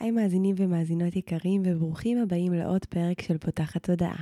היי מאזינים ומאזינות יקרים וברוכים הבאים לעוד פרק של פותחת תודעה.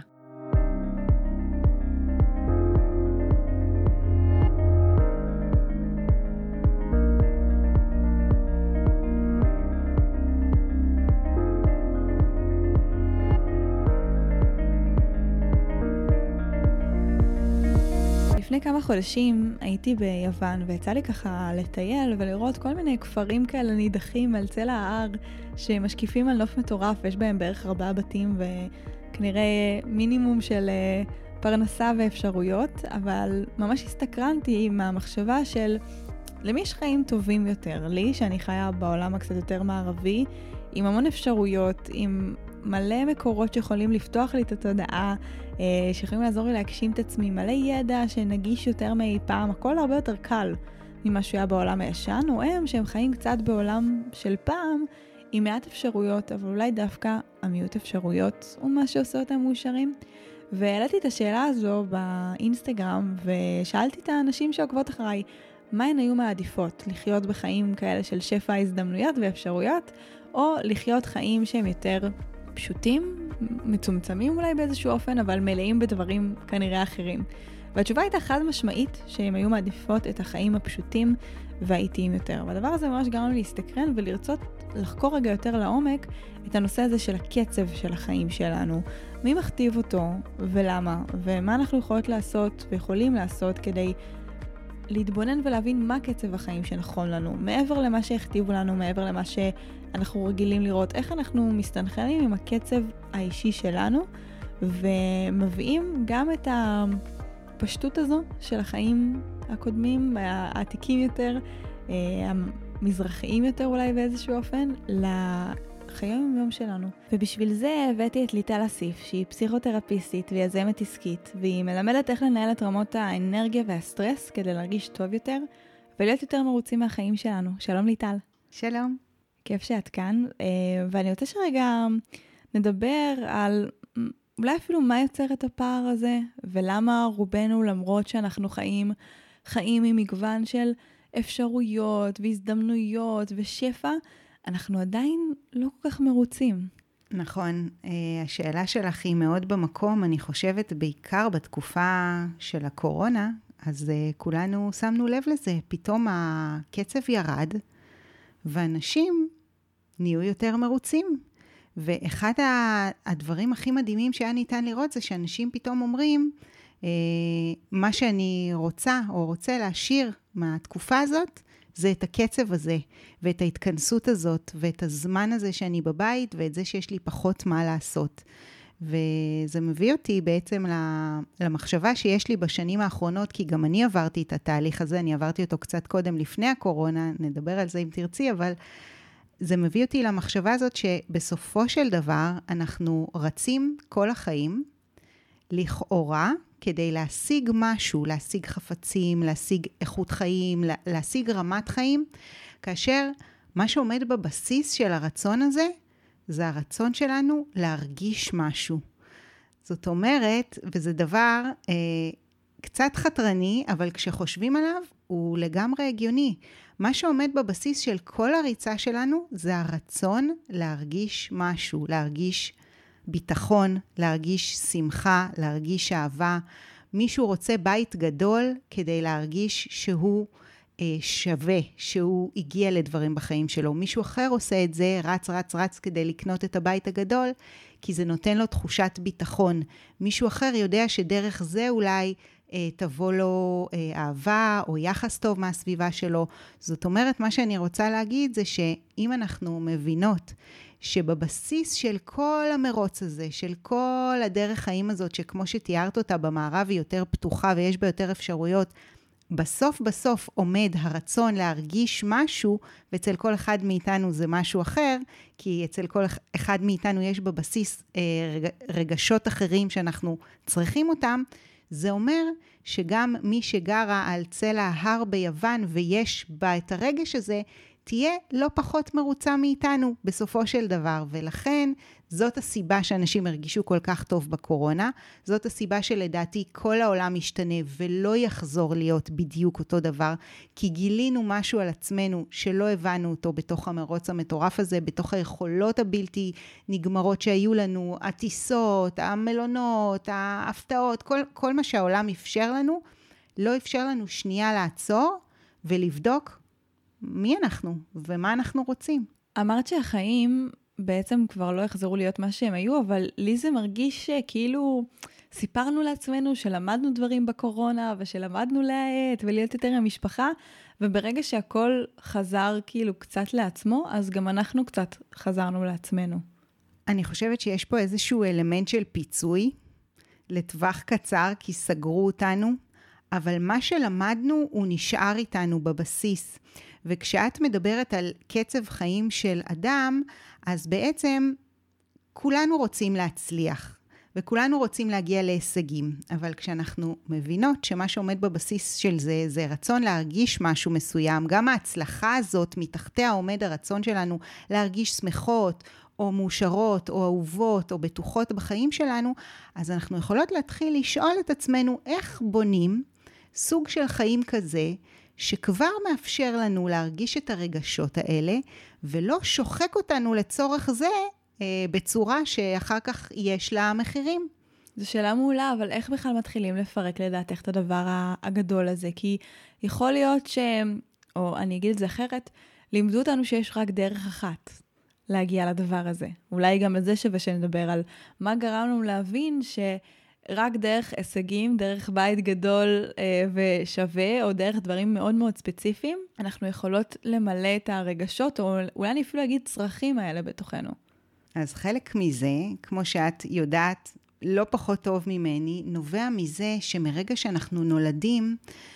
לפני כמה חודשים הייתי ביוון ויצא לי ככה לטייל ולראות כל מיני כפרים כאלה נידחים על צלע ההר שמשקיפים על נוף מטורף, יש בהם בערך 4 בתים וכנראה מינימום של פרנסה ואפשרויות, אבל ממש הסתקרנתי מהמחשבה של למי יש חיים טובים יותר, לי שאני חיה בעולם הקצת יותר מערבי, עם המון אפשרויות, עם מלא מקורות שיכולים לפתוח לי את התודעה, שיכולים לעזור לי להגשים את עצמי, מלא ידע שנגיש יותר מאי פעם, הכל הרבה יותר קל ממה שהיה בעולם הישן, או שהם חיים קצת בעולם של פעם, עם מעט אפשרויות, אבל אולי דווקא המיעוט אפשרויות הוא מה שעושה אותם מאושרים. והעליתי את השאלה הזו באינסטגרם, ושאלתי את האנשים שעוקבות אחריי, מה הן היו מעדיפות? לחיות בחיים כאלה של שפע הזדמנויות ואפשרויות, או לחיות חיים שהם יותר פשוטים, מצומצמים אולי באיזשהו אופן, אבל מלאים בדברים כנראה אחרים. והתשובה הייתה חד משמעית שהם היו מעדיפות את החיים הפשוטים והאיטיים יותר. והדבר הזה ממש גרם לי להסתקרן ולרצות לחקור רגע יותר לעומק את הנושא הזה של הקצב של החיים שלנו. מי מכתיב אותו ולמה, ומה אנחנו יכולות לעשות ויכולים לעשות כדי להתבונן ולהבין מה קצב החיים שנכון לנו, מעבר למה שהכתיבו לנו, מעבר למה שאנחנו רגילים לראות, איך אנחנו מסתנכרנים עם הקצב האישי שלנו, ומביאים גם את הפשטות הזו של החיים הקודמים, העתיקים יותר, המזרחיים יותר אולי באיזשהו אופן, לחיים היום שלנו. ובשביל זה הבאתי את ליטל אסיף, שהיא פסיכותרפיסטית ויזמת עסקית, והיא מלמדת איך לנהל את רמות האנרגיה והסטרס כדי להרגיש טוב יותר, ולהיות יותר מרוצים מהחיים שלנו. שלום ליטל. שלום. כיף שאת כאן, ואני רוצה שרגע נדבר על אולי אפילו מה יוצר את הפער הזה, ולמה רובנו, למרות שאנחנו חיים עם מגוון של אפשרויות והזדמנויות ושפע, אנחנו עדיין לא כל כך מרוצים. נכון, השאלה שלך היא מאוד במקום, אני חושבת בעיקר בתקופה של הקורונה, אז כולנו שמנו לב לזה, פתאום הקצב ירד, ואנשים נהיו יותר מרוצים. ואחד הדברים הכי מדהימים שהיה ניתן לראות זה שאנשים פתאום אומרים, מה שאני רוצה או רוצה להשאיר מהתקופה הזאת, זה את הקצב הזה, ואת ההתכנסות הזאת, ואת הזמן הזה שאני בבית, ואת זה שיש לי פחות מה לעשות. וזה מביא אותי בעצם למחשבה שיש לי בשנים האחרונות, כי גם אני עברתי את התהליך הזה, אני עברתי אותו קצת קודם לפני הקורונה, נדבר על זה אם תרצי, אבל זה מביא אותי למחשבה הזאת שבסופו של דבר אנחנו רצים כל החיים, לכאורה, כדי להשיג משהו, להשיג חפצים, להשיג איכות חיים, להשיג רמת חיים, כאשר מה שעומד בבסיס של הרצון הזה, זה הרצון שלנו להרגיש משהו. זאת אומרת, וזה דבר קצת חתרני, אבל כשחושבים עליו, הוא לגמרי הגיוני. מה שעומד בבסיס של כל הריצה שלנו, זה הרצון להרגיש משהו, להרגיש ביטחון, להרגיש שמחה, להרגיש אהבה. מישהו רוצה בית גדול כדי להרגיש שהוא שווה, שהוא הגיע לדברים בחיים שלו. מישהו אחר עושה את זה, רץ כדי לקנות את הבית הגדול, כי זה נותן לו תחושת ביטחון. מישהו אחר יודע שדרך זה אולי תבוא לו אהבה או יחס טוב מהסביבה שלו. זאת אומרת, מה שאני רוצה להגיד זה שאם אנחנו מבינות שבבסיס של כל המרוץ הזה, של כל הדרך חיים הזאת, שכמו שתיארת אותה במערב היא יותר פתוחה ויש בה יותר אפשרויות, בסוף עומד הרצון להרגיש משהו, ואצל כל אחד מאיתנו זה משהו אחר, כי אצל כל אחד מאיתנו יש בבסיס רגשות אחרים שאנחנו צריכים אותם, זה אומר שגם מי שגרה על צלע ההר ביוון ויש בה את הרגש הזה, תהיה לא פחות מרוצה מאיתנו בסופו של דבר, ולכן זאת הסיבה שאנשים הרגישו כל כך טוב בקורונה, זאת הסיבה שלדעתי כל העולם משתנה ולא יחזור להיות בדיוק אותו דבר, כי גילינו משהו על עצמנו שלא הבנו אותו בתוך המרוץ המטורף הזה, בתוך היכולות הבלתי נגמרות שהיו לנו, הטיסות, המלונות, ההפתעות, כל מה שהעולם אפשר לנו, לא אפשר לנו שנייה לעצור ולבדוק מי אנחנו ומה אנחנו רוצים. אמרת שהחיים בעצם כבר לא יחזרו להיות מה שהם היו, אבל לי זה מרגיש שכאילו סיפרנו לעצמנו שלמדנו דברים בקורונה, ושלמדנו להעט ולהיות יותר עם המשפחה, וברגע שהכל חזר כאילו קצת לעצמו, אז גם אנחנו קצת חזרנו לעצמנו. אני חושבת שיש פה איזשהו אלמנט של פיצוי, לטווח קצר, כי סגרו אותנו, אבל מה שלמדנו הוא נשאר איתנו בבסיס. וכשאת מדברת על קצב חיים של אדם, אז בעצם כולנו רוצים להצליח, וכולנו רוצים להגיע להישגים. אבל כשאנחנו מבינות שמה שעומד בבסיס של זה, זה רצון להרגיש משהו מסוים, גם ההצלחה הזאת, מתחתיה עומד הרצון שלנו להרגיש שמחות, או מאושרות, או אהובות, או בטוחות בחיים שלנו, אז אנחנו יכולות להתחיל לשאול את עצמנו איך בונים סוג של חיים כזה, שכבר מאפשר לנו להרגיש את הרגשות האלה, ולא שוחק אותנו לצורך זה, בצורה שאחר כך יש לה מחירים. זו שאלה מעולה, אבל איך בכלל מתחילים לפרק לדעתך את הדבר הגדול הזה? כי יכול להיות או אני אגיד את זה אחרת, לימדו אותנו שיש רק דרך אחת להגיע לדבר הזה. אולי גם על זה שווה שנדבר על מה גרם לנו להבין רק דרך הישגים, דרך בית גדול ושווה, או דרך דברים מאוד מאוד ספציפיים, אנחנו יכולות למלא את הרגשות, או אולי אני אפילו אגיד צרכים האלה בתוכנו. אז חלק מזה, כמו שאת יודעת, לא פחות טוב ממני, נובע מזה שמרגע שאנחנו נולדים,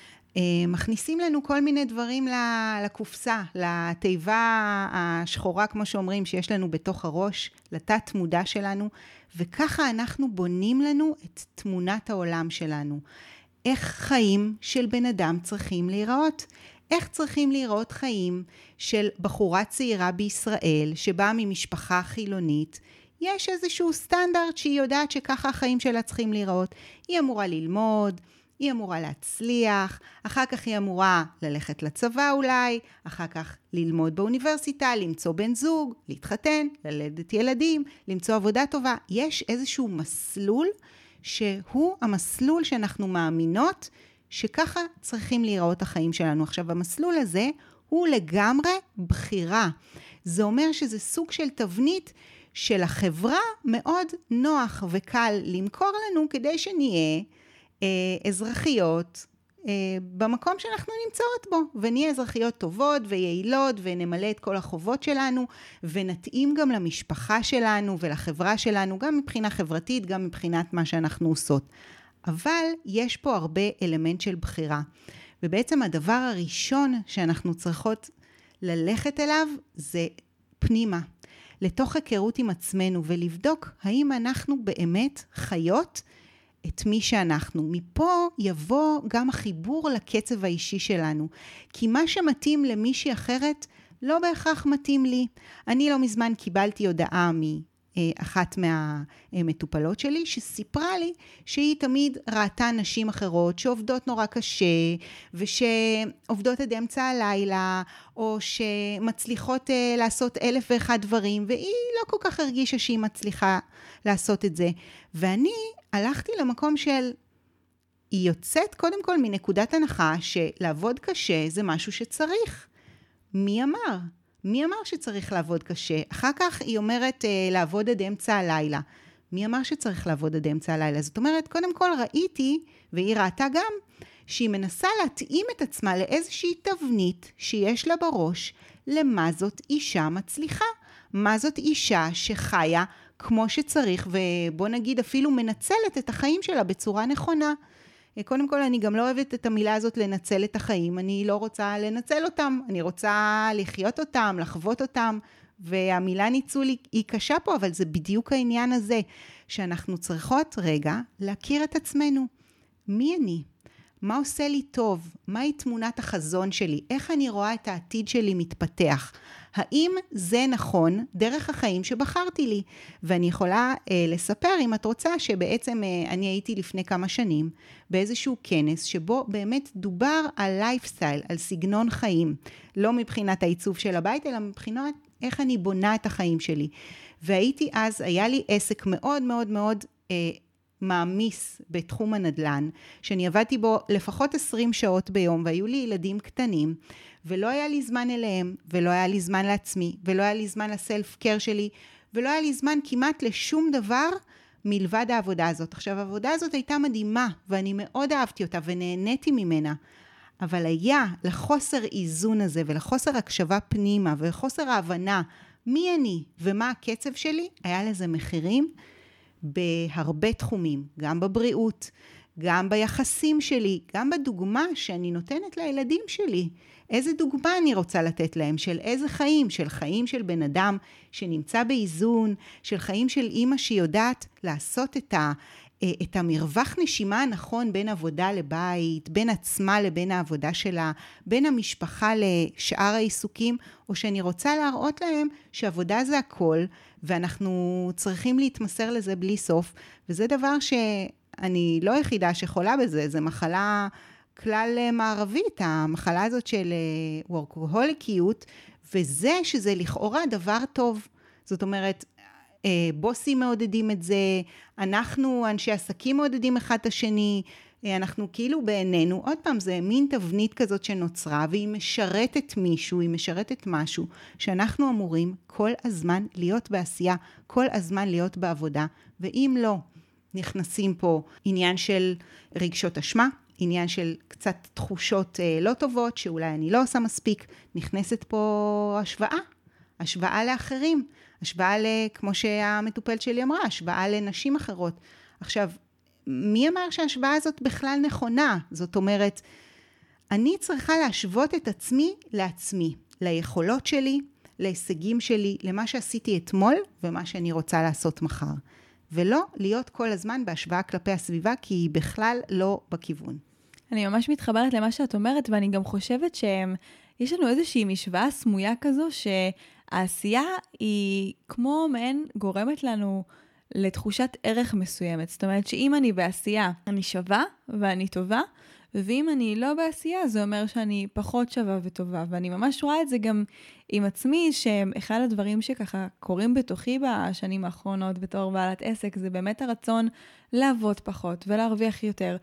מכניסים לנו כל מיני דברים לקופסה, לתיבה השחורה, כמו שאומרים, שיש לנו בתוך הראש, לתת מודע שלנו, וככה אנחנו בונים לנו את תמונת העולם שלנו. איך חיים של בן אדם צריכים להיראות? איך צריכים להיראות חיים של בחורה צעירה בישראל, שבאה ממשפחה חילונית? יש איזשהו סטנדרט שהיא יודעת שככה החיים שלה צריכים להיראות. היא אמורה ללמוד, היא אמורה להצליח, אחר כך היא אמורה ללכת לצבא אולי, אחר כך ללמוד באוניברסיטה, למצוא בן זוג, להתחתן, ללדת ילדים, למצוא עבודה טובה. יש איזשהו מסלול שהוא המסלול שאנחנו מאמינות שככה צריכים להיראות החיים שלנו. עכשיו, המסלול הזה הוא לגמרי בחירה. זה אומר שזה סוג של תבנית של החברה מאוד נוח וקל למכור לנו כדי שנהיה אזרחיות במקום שאנחנו נמצאות בו, ונהיה אזרחיות טובות ויעילות, ונמלא את כל החובות שלנו, ונתאים גם למשפחה שלנו ולחברה שלנו, גם מבחינה חברתית, גם מבחינת מה שאנחנו עושות. אבל יש פה הרבה אלמנט של בחירה, ובעצם הדבר הראשון שאנחנו צריכות ללכת אליו זה פנימה, לתוך היכרות עם עצמנו, ולבדוק האם אנחנו באמת חיות את מי שאנחנו. מפה יבוא גם החיבור לקצב האישי שלנו. כי מה שמתאים למישהי אחרת לא בהכרח מתאים לי. אני לא מזמן קיבלתי הודעה מאחת מהמטופלות שלי, שסיפרה לי שהיא תמיד ראתה נשים אחרות שעובדות נורא קשה, ושעובדות עד אמצע הלילה, או שמצליחות לעשות 1,001 דברים, והיא לא כל כך הרגישה שהיא מצליחה לעשות את זה. ואני הלכתי למקום של, היא יוצאת קודם כל מנקודת הנחה שלעבוד קשה זה משהו שצריך. מי אמר? מי אמר שצריך לעבוד קשה? אחר כך היא אומרת לעבוד עד אמצע הלילה. מי אמר שצריך לעבוד עד אמצע הלילה? זאת אומרת, קודם כל ראיתי, והיא ראתה גם, שהיא מנסה להתאים את עצמה לאיזושהי תבנית שיש לה בראש, למה זאת אישה מצליחה. מה זאת אישה שחיה כמו שצריך, ובוא נגיד אפילו מנצלת את החיים שלה בצורה נכונה. קודם כל, אני גם לא אוהבת את המילה הזאת לנצל את החיים, אני לא רוצה לנצל אותם, אני רוצה לחיות אותם, לחוות אותם, והמילה ניצול היא קשה פה, אבל זה בדיוק העניין הזה, שאנחנו צריכות רגע להכיר את עצמנו. מי אני? מה עושה לי טוב? מהי תמונת החזון שלי? איך אני רואה את העתיד שלי מתפתח? האם זה נכון דרך החיים שבחרתי לי? ואני יכולה לספר, אם את רוצה, שבעצם אני הייתי לפני כמה שנים באיזשהו כנס, שבו באמת דובר על לייפסטייל, על סגנון חיים. לא מבחינת העיצוב של הבית, אלא מבחינת איך אני בונה את החיים שלי. והייתי אז, היה לי עסק מאוד מאוד מאוד מעמיס בתחום הנדל"ן, שאני עבדתי בו לפחות 20 שעות ביום, והיו לי ילדים קטנים, ולא היה לי זמן אליהם, ולא היה לי זמן לעצמי, ולא היה לי זמן לסלף קר שלי, ולא היה לי זמן כמעט לשום דבר מלבד העבודה הזאת. עכשיו, העבודה הזאת הייתה מדהימה, ואני מאוד אהבתי אותה, ונהניתי ממנה. אבל היה לחוסר איזון הזה, ולחוסר הקשבה פנימה, ולחוסר ההבנה מי אני ומה הקצב שלי, היה לזה מחירים בהרבה תחומים, גם בבריאות, גם ביחסים שלי, גם בדוגמה שאני נותנת לילדים שלי. איזה דוגמה אני רוצה לתת להם? של איזה חיים? של חיים של בן אדם שנמצא באיזון, של חיים של אימא שיודעת לעשות את המרווח נשימה הנכון בין עבודה לבית, בין עצמה לבין העבודה שלה, בין המשפחה לשאר העיסוקים, או שאני רוצה להראות להם שעבודה זה הכל, ואנחנו צריכים להתמסר לזה בלי סוף, וזה דבר שאני לא יחידה שחולה בזה, זה מחלה כלל מערבית, המחלה הזאת של וורקהוליקיות, וזה שזה לכאורה דבר טוב. זאת אומרת, בוסים מעודדים את זה, אנחנו אנשי עסקים מעודדים אחד את השני, אנחנו כאילו בעינינו, עוד פעם זה מין תבנית כזאת שנוצרה, והיא משרתת מישהו, היא משרתת משהו, שאנחנו אמורים כל הזמן להיות בעשייה, כל הזמן להיות בעבודה, ואם לא, נכנסים פה עניין של רגשות אשמה, עניין של קצת תחושות לא טובות, שאולי אני לא עושה מספיק, נכנסת פה השוואה לאחרים, השוואה כמו שהמטופלת שלי אמרה, השוואה לנשים אחרות. עכשיו, מי אמר שההשוואה הזאת בכלל נכונה? זאת אומרת, אני צריכה להשוות את עצמי לעצמי, ליכולות שלי, להישגים שלי, למה שעשיתי אתמול ומה שאני רוצה לעשות מחר. ולא להיות כל הזמן בהשוואה כלפי הסביבה, כי היא בכלל לא בכיוון. אני ממש מתחברת למה שאת אומרת, ואני גם חושבת שיש לנו איזושהי משוואה סמויה כזו, שהעשייה היא כמו מעין גורמת לנו לתחושת ערך מסוימת. זאת אומרת שאם אני בעשייה, אני שווה ואני טובה, ואם אני לא בעשייה, זה אומר שאני פחות שווה וטובה. ואני ממש רואה את זה גם עם עצמי, שאחד הדברים שככה קורים בתוכי בשנים האחרונות בתור בעלת עסק, זה באמת הרצון לעבוד פחות ולהרוויח יותר.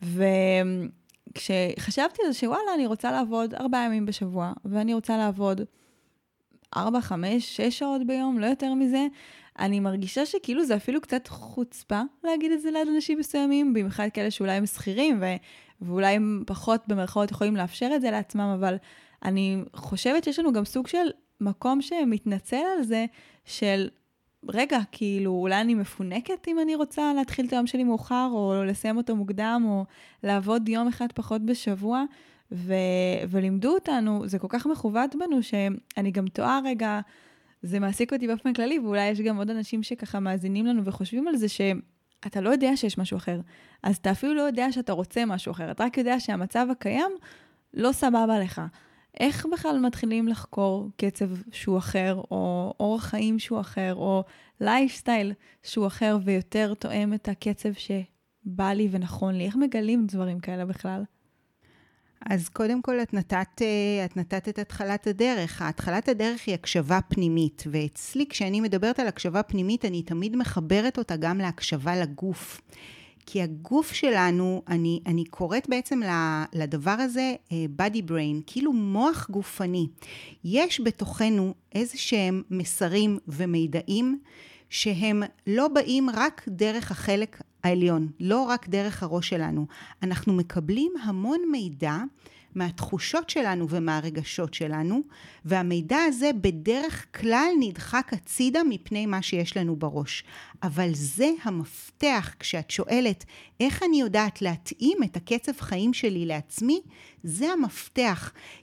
וכשחשבתי על זה שוואלה, אני רוצה לעבוד 4 ימים בשבוע, ואני רוצה לעבוד 4, 5, 6 שעות ביום, לא יותר מזה, אני מרגישה שכאילו זה אפילו קצת חוצפה להגיד את זה ליד אנשים מסוימים, במיוחד כאלה שאולי הם שכירים, ואולי הם פחות במרכאות יכולים לאפשר את זה לעצמם, אבל אני חושבת שיש לנו גם סוג של מקום שמתנצל על זה, של רגע, כאילו אולי אני מפונקת אם אני רוצה להתחיל את היום שלי מאוחר, או לסיים אותו מוקדם, או לעבוד יום אחד פחות בשבוע, ולימדו אותנו, זה כל כך מכוות בנו, שאני גם טועה רגע, זה מעסיק אותי באופן כללי, ואולי יש גם עוד אנשים שככה מאזינים לנו וחושבים על זה שאתה לא יודע שיש משהו אחר. אז אתה אפילו לא יודע שאתה רוצה משהו אחר. אתה רק יודע שהמצב הקיים לא סבבה לך. איך בכלל מתחילים לחקור קצב שהוא אחר, או אורח חיים שהוא אחר, או לייפסטייל שהוא אחר, ויותר תואם את הקצב שבא לי ונכון לי? איך מגלים דברים כאלה בכלל? אז קודם כל את נתת את התחלת הדרך. התחלת הדרך היא הקשבה פנימית, ואצלי כשאני מדברת על הקשבה פנימית, אני תמיד מחברת אותה גם להקשבה לגוף. כי הגוף שלנו, אני קוראת בעצם לדבר הזה body brain, כאילו מוח גופני. יש בתוכנו איזשהם מסרים ומידעים, שהם לא באים רק דרך החלק העליון, לא רק דרך הראש שלנו. אנחנו מקבלים המון מידע מהתחושות שלנו ומהרגשות שלנו, והמידע הזה בדרך כלל נדחק הצידה מפני מה שיש לנו בראש. אבל זה המפתח, כשאת שואלת איך אני יודעת להתאים את הקצב חיים שלי לעצמי, זה המפתח. כי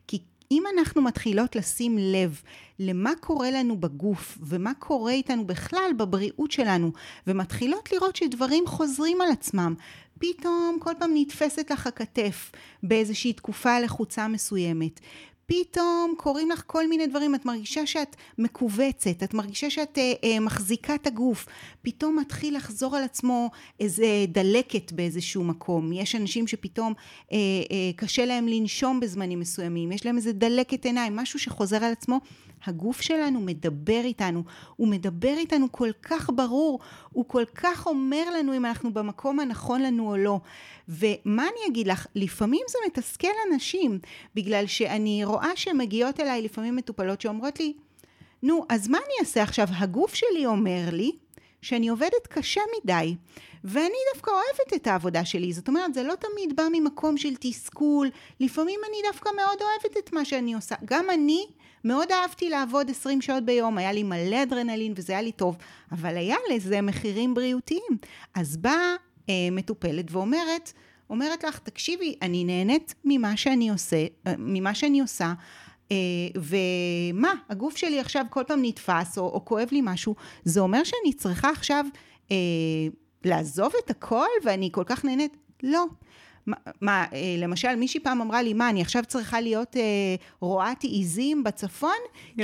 אם אנחנו מתחילות לשים לב למה קורה לנו בגוף, ומה קורה איתנו בכלל בבריאות שלנו, ומתחילות לראות שדברים חוזרים על עצמם, פתאום כל פעם נתפסת לך הכתף באיזושהי תקופה לחוצה מסוימת, פתאום קוראים לך כל מיני דברים, את מרגישה שאת מקובצת, את מרגישה שאת מחזיקה את הגוף, פתאום מתחיל לחזור על עצמו איזה דלקת באיזשהו מקום, יש אנשים שפתאום קשה להם לנשום בזמנים מסוימים, יש להם איזה דלקת עיניים, משהו שחוזר על עצמו, הגוף שלנו מדבר איתנו, הוא מדבר איתנו כל כך ברור, הוא כל כך אומר לנו אם אנחנו במקום הנכון לנו או לא. ומה אני אגיד לך? לפעמים זה מתסכל אנשים, בגלל שאני רואה שמגיעות אליי לפעמים מטופלות שאומרות לי, נו, אז מה אני אעשה עכשיו? הגוף שלי אומר לי שאני עובדת קשה מדי, ואני דווקא אוהבת את העבודה שלי. זאת אומרת, זה לא תמיד בא ממקום של תסכול, לפעמים אני דווקא מאוד אוהבת את מה שאני עושה. גם אני מאוד אהבתי לעבוד 20 שעות ביום, היה לי מלא אדרנלין וזה היה לי טוב, אבל היה לזה מחירים בריאותיים. אז באה מטופלת ואומרת לך, תקשיבי, אני נהנית ממה שאני עושה, ומה, הגוף שלי עכשיו כל פעם נתפס או כואב לי משהו, זה אומר שאני צריכה עכשיו לעזוב את הכל ואני כל כך נהנית? לא. למשל, מישהי פעם אמרה לי, אני עכשיו צריכה להיות רואת עיזים בצפון?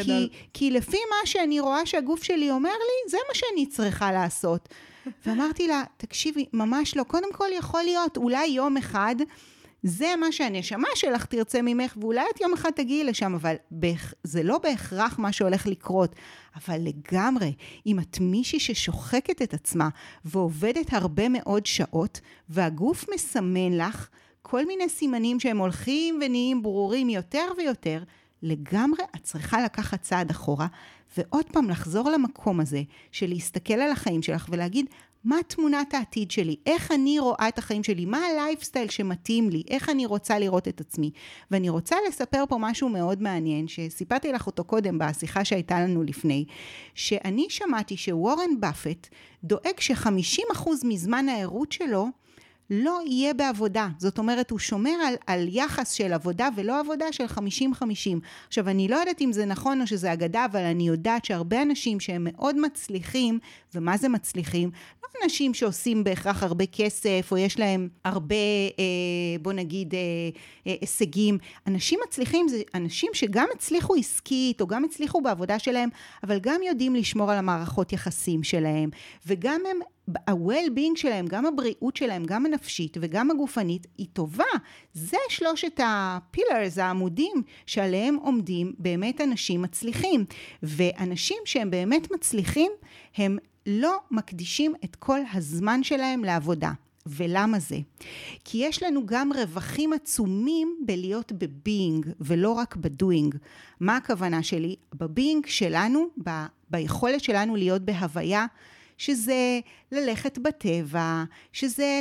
כי לפי מה שאני רואה שהגוף שלי אומר לי, זה מה שאני צריכה לעשות. ואמרתי לה, תקשיבי, ממש לא. קודם כל יכול להיות, אולי יום אחד, זה מה שהנשמה שלך תרצה ממך, ואולי את יום אחד תגיעי לשם, אבל זה לא בהכרח מה שהולך לקרות. אבל לגמרי, אם את מישהי ששוחקת את עצמה, ועובדת הרבה מאוד שעות, והגוף מסמן לך כל מיני סימנים שהם הולכים ונהיים ברורים יותר ויותר, לגמרי את צריכה לקחת צעד אחורה, ועוד פעם לחזור למקום הזה, של להסתכל על החיים שלך ולהגיד, מה תמונת העתיד שלי? איך אני רואה את החיים שלי? מה הלייפסטייל שמתאים לי? איך אני רוצה לראות את עצמי? ואני רוצה לספר פה משהו מאוד מעניין, שסיפרתי לך אותו קודם בשיחה שהייתה לנו לפני, שאני שמעתי שוורן באפט דואג ש50% מזמן הערות שלו לא יהיה בעבודה. זאת אומרת, הוא שומר על יחס של עבודה ולא עבודה של 50-50. עכשיו, אני לא יודעת אם זה נכון או שזה אגדה, אבל אני יודעת שהרבה אנשים שהם מאוד מצליחים, ומה זה מצליחים? לא אנשים שעושים בהכרח הרבה כסף, או יש להם הרבה, בוא נגיד, הישגים. אנשים מצליחים זה אנשים שגם הצליחו עסקית, או גם הצליחו בעבודה שלהם, אבל גם יודעים לשמור על המערכות יחסים שלהם, וגם הם ה-well-being שלהם, גם הבריאות שלהם, גם הנפשית וגם הגופנית, היא טובה. זה שלושת הפילרס, העמודים, שעליהם עומדים באמת אנשים מצליחים. ואנשים שהם באמת מצליחים, הם לא מקדישים את כל הזמן שלהם לעבודה. ולמה זה? כי יש לנו גם רווחים עצומים בלהיות בביינג, ולא רק בדוינג. מה הכוונה שלי? בביינג שלנו, ביכולת שלנו להיות בהוויה, שזה ללכת בטבע, שזה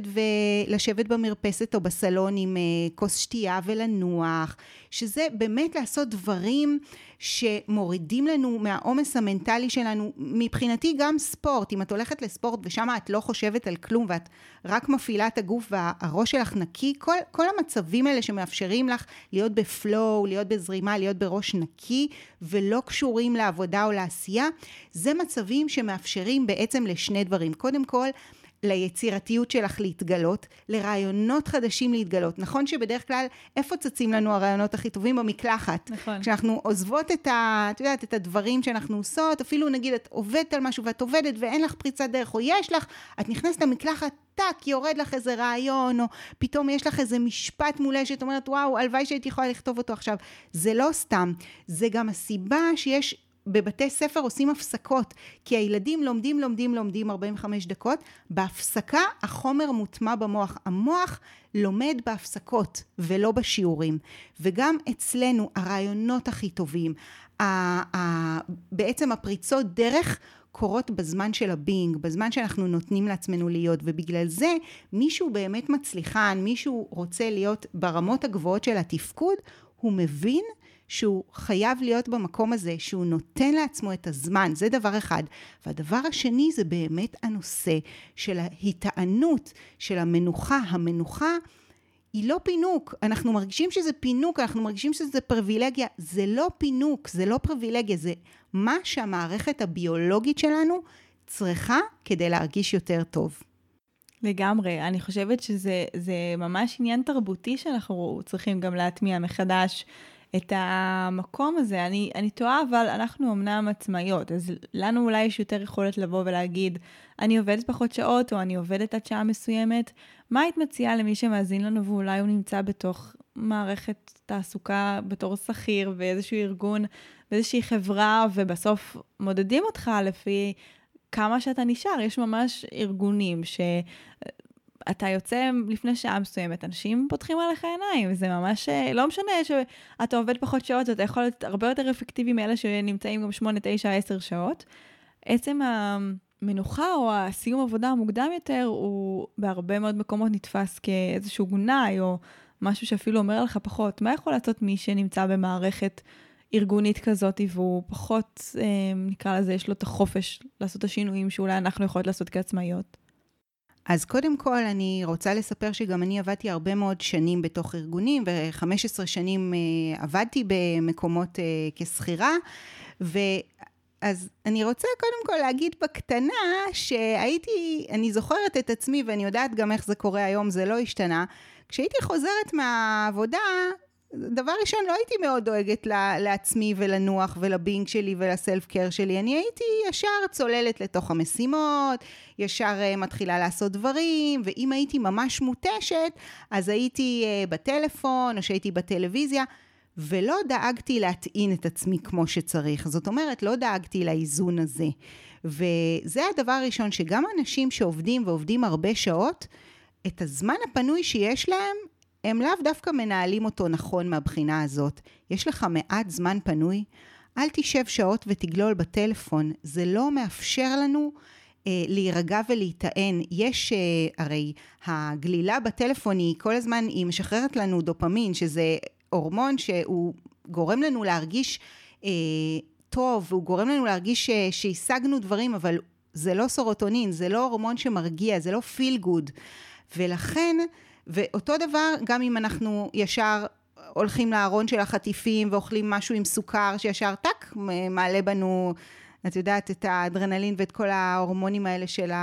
לשבת במרפסת או בסלון עם כוס שתייה ולנוח, שזה באמת לעשות דברים שמורידים לנו מהעומס המנטלי שלנו, מבחינתי גם ספורט, אם את הולכת לספורט ושם את לא חושבת על כלום ואת רק מפעילה את הגוף והראש שלך נקי, כל המצבים האלה שמאפשרים לך להיות בפלואו, להיות בזרימה, להיות בראש נקי ולא קשורים לעבודה או לעשייה, זה מצבים שמאפשרים בעצם לשני דברים. קודם כל, ליצירתיות שלך להתגלות, לרעיונות חדשים להתגלות. נכון שבדרך כלל, איפה צצים לנו הרעיונות הכי טובים? במקלחת. נכון. כשאנחנו עוזבות את הדברים שאנחנו עושות, אפילו נגיד את עובדת על משהו ואת עובדת ואין לך פריצת דרך, או יש לך, את נכנסת למקלחת, טק, יורד לך איזה רעיון, או פתאום יש לך איזה משפט מולה שאת אומרת, וואו, הלוואי שהייתי יכולה לכתוב אותו עכשיו. זה לא סתם. זה גם הסיבה שיש בבתי ספר עושים הפסקות, כי הילדים לומדים 45 דקות, בהפסקה החומר מוטמע במוח. המוח לומד בהפסקות ולא בשיעורים. וגם אצלנו הרעיונות הכי טובים, בעצם הפריצות דרך קורות בזמן של הביינג, בזמן שאנחנו נותנים לעצמנו להיות, ובגלל זה מישהו באמת מצליחן, מישהו רוצה להיות ברמות הגבוהות של התפקוד, הוא מבין שהוא חייב להיות במקום הזה, שהוא נותן לעצמו את הזמן, זה דבר אחד. והדבר השני זה באמת הנושא של ההתענות, של המנוחה. המנוחה היא לא פינוק. אנחנו מרגישים שזה פינוק, אנחנו מרגישים שזה פריבילגיה. זה לא פינוק, זה לא פריבילגיה, זה מה שהמערכת הביולוגית שלנו צריכה כדי להרגיש יותר טוב. לגמרי, אני חושבת שזה ממש עניין תרבותי שאנחנו צריכים גם להטמיע מחדש את המקום הזה. אני טועה, אבל אנחנו אמנם עצמאיות, אז לנו אולי יש יותר יכולת לבוא ולהגיד, אני עובדת פחות שעות, או אני עובדת עד שעה מסוימת. מה היית מציעה למי שמאזין לנו, ואולי הוא נמצא בתוך מערכת תעסוקה, בתור שכיר, באיזשהו ארגון, באיזושהי חברה, ובסוף מודדים אותך לפי כמה שאתה נשאר. יש ממש ארגונים שאתה יוצא לפני שעה מסוימת, אנשים פותחים עליך עיניים, וזה ממש לא משנה שאתה עובד פחות שעות, אתה יכול להיות הרבה יותר אפקטיבי מאלה שנמצאים גם 8, 9, 10 שעות. עצם המנוחה או הסיום עבודה המוקדם יותר, הוא בהרבה מאוד מקומות נתפס כאיזשהו גנאי, או משהו שאפילו אומר לך פחות. מה יכול לעשות מי שנמצא במערכת ארגונית כזאת, והוא פחות, נקרא לזה, יש לו את החופש לעשות את השינויים שאולי אנחנו יכולות לעשות כעצמאיות? אז קודם כל אני רוצה לספר שגם אני עבדתי הרבה מאוד שנים בתוך ארגונים, ו15 שנים עבדתי במקומות כשכירה, אז אני רוצה קודם כל להגיד בקטנה אני זוכרת את עצמי, ואני יודעת גם איך זה קורה היום, זה לא השתנה. כשהייתי חוזרת מהעבודה, דבר ראשון, לא הייתי מאוד דואגת לעצמי ולנוח ולבינג שלי ולסלף קר שלי. אני הייתי ישר צוללת לתוך המשימות, ישר מתחילה לעשות דברים, ואם הייתי ממש מותשת, אז הייתי בטלפון או שהייתי בטלוויזיה, ולא דאגתי להטעין את עצמי כמו שצריך. זאת אומרת, לא דאגתי לאיזון הזה. וזה הדבר הראשון, שגם אנשים שעובדים ועובדים הרבה שעות, את הזמן הפנוי שיש להם, הם לאו דווקא מנהלים אותו נכון מהבחינה הזאת. יש לך מעט זמן פנוי, אל תשב שעות ותגלול בטלפון. זה לא מאפשר לנו להירגע ולהיטען. יש, הרי הגלילה בטלפון היא כל הזמן, היא משחררת לנו דופמין, שזה הורמון שהוא גורם לנו להרגיש טוב, והוא גורם לנו להרגיש שהשגנו דברים, אבל זה לא סרוטונין, זה לא הורמון שמרגיע, זה לא feel good. ולכן, ואותו דבר, גם אם אנחנו ישר הולכים לארון של החטיפים, ואוכלים משהו עם סוכר, שישר טק, מעלה בנו, את יודעת, את האדרנלין, ואת כל ההורמונים האלה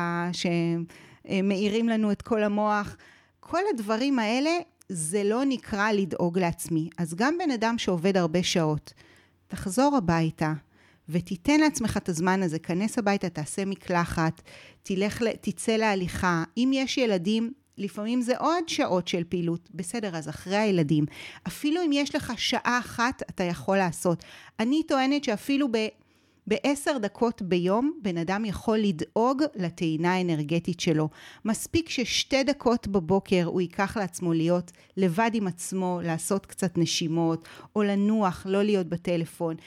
שמאירים לנו את כל המוח. כל הדברים האלה, זה לא נקרא לדאוג לעצמי. אז גם בן אדם שעובד הרבה שעות, תחזור הביתה, ותיתן לעצמך את הזמן הזה, כנס הביתה, תעשה מקלחת, תצא להליכה. אם יש ילדים, לפעמים זה עוד שעות של פעילות, בסדר, אז אחרי הילדים. אפילו אם יש לך שעה אחת, אתה יכול לעשות. אני טוענת שאפילו ב10 דקות ביום, בן אדם יכול לדאוג לטעינה האנרגטית שלו. מספיק ש2 דקות בבוקר הוא ייקח לעצמו להיות לבד עם עצמו, לעשות קצת נשימות, או לנוח, לא להיות בטלפון.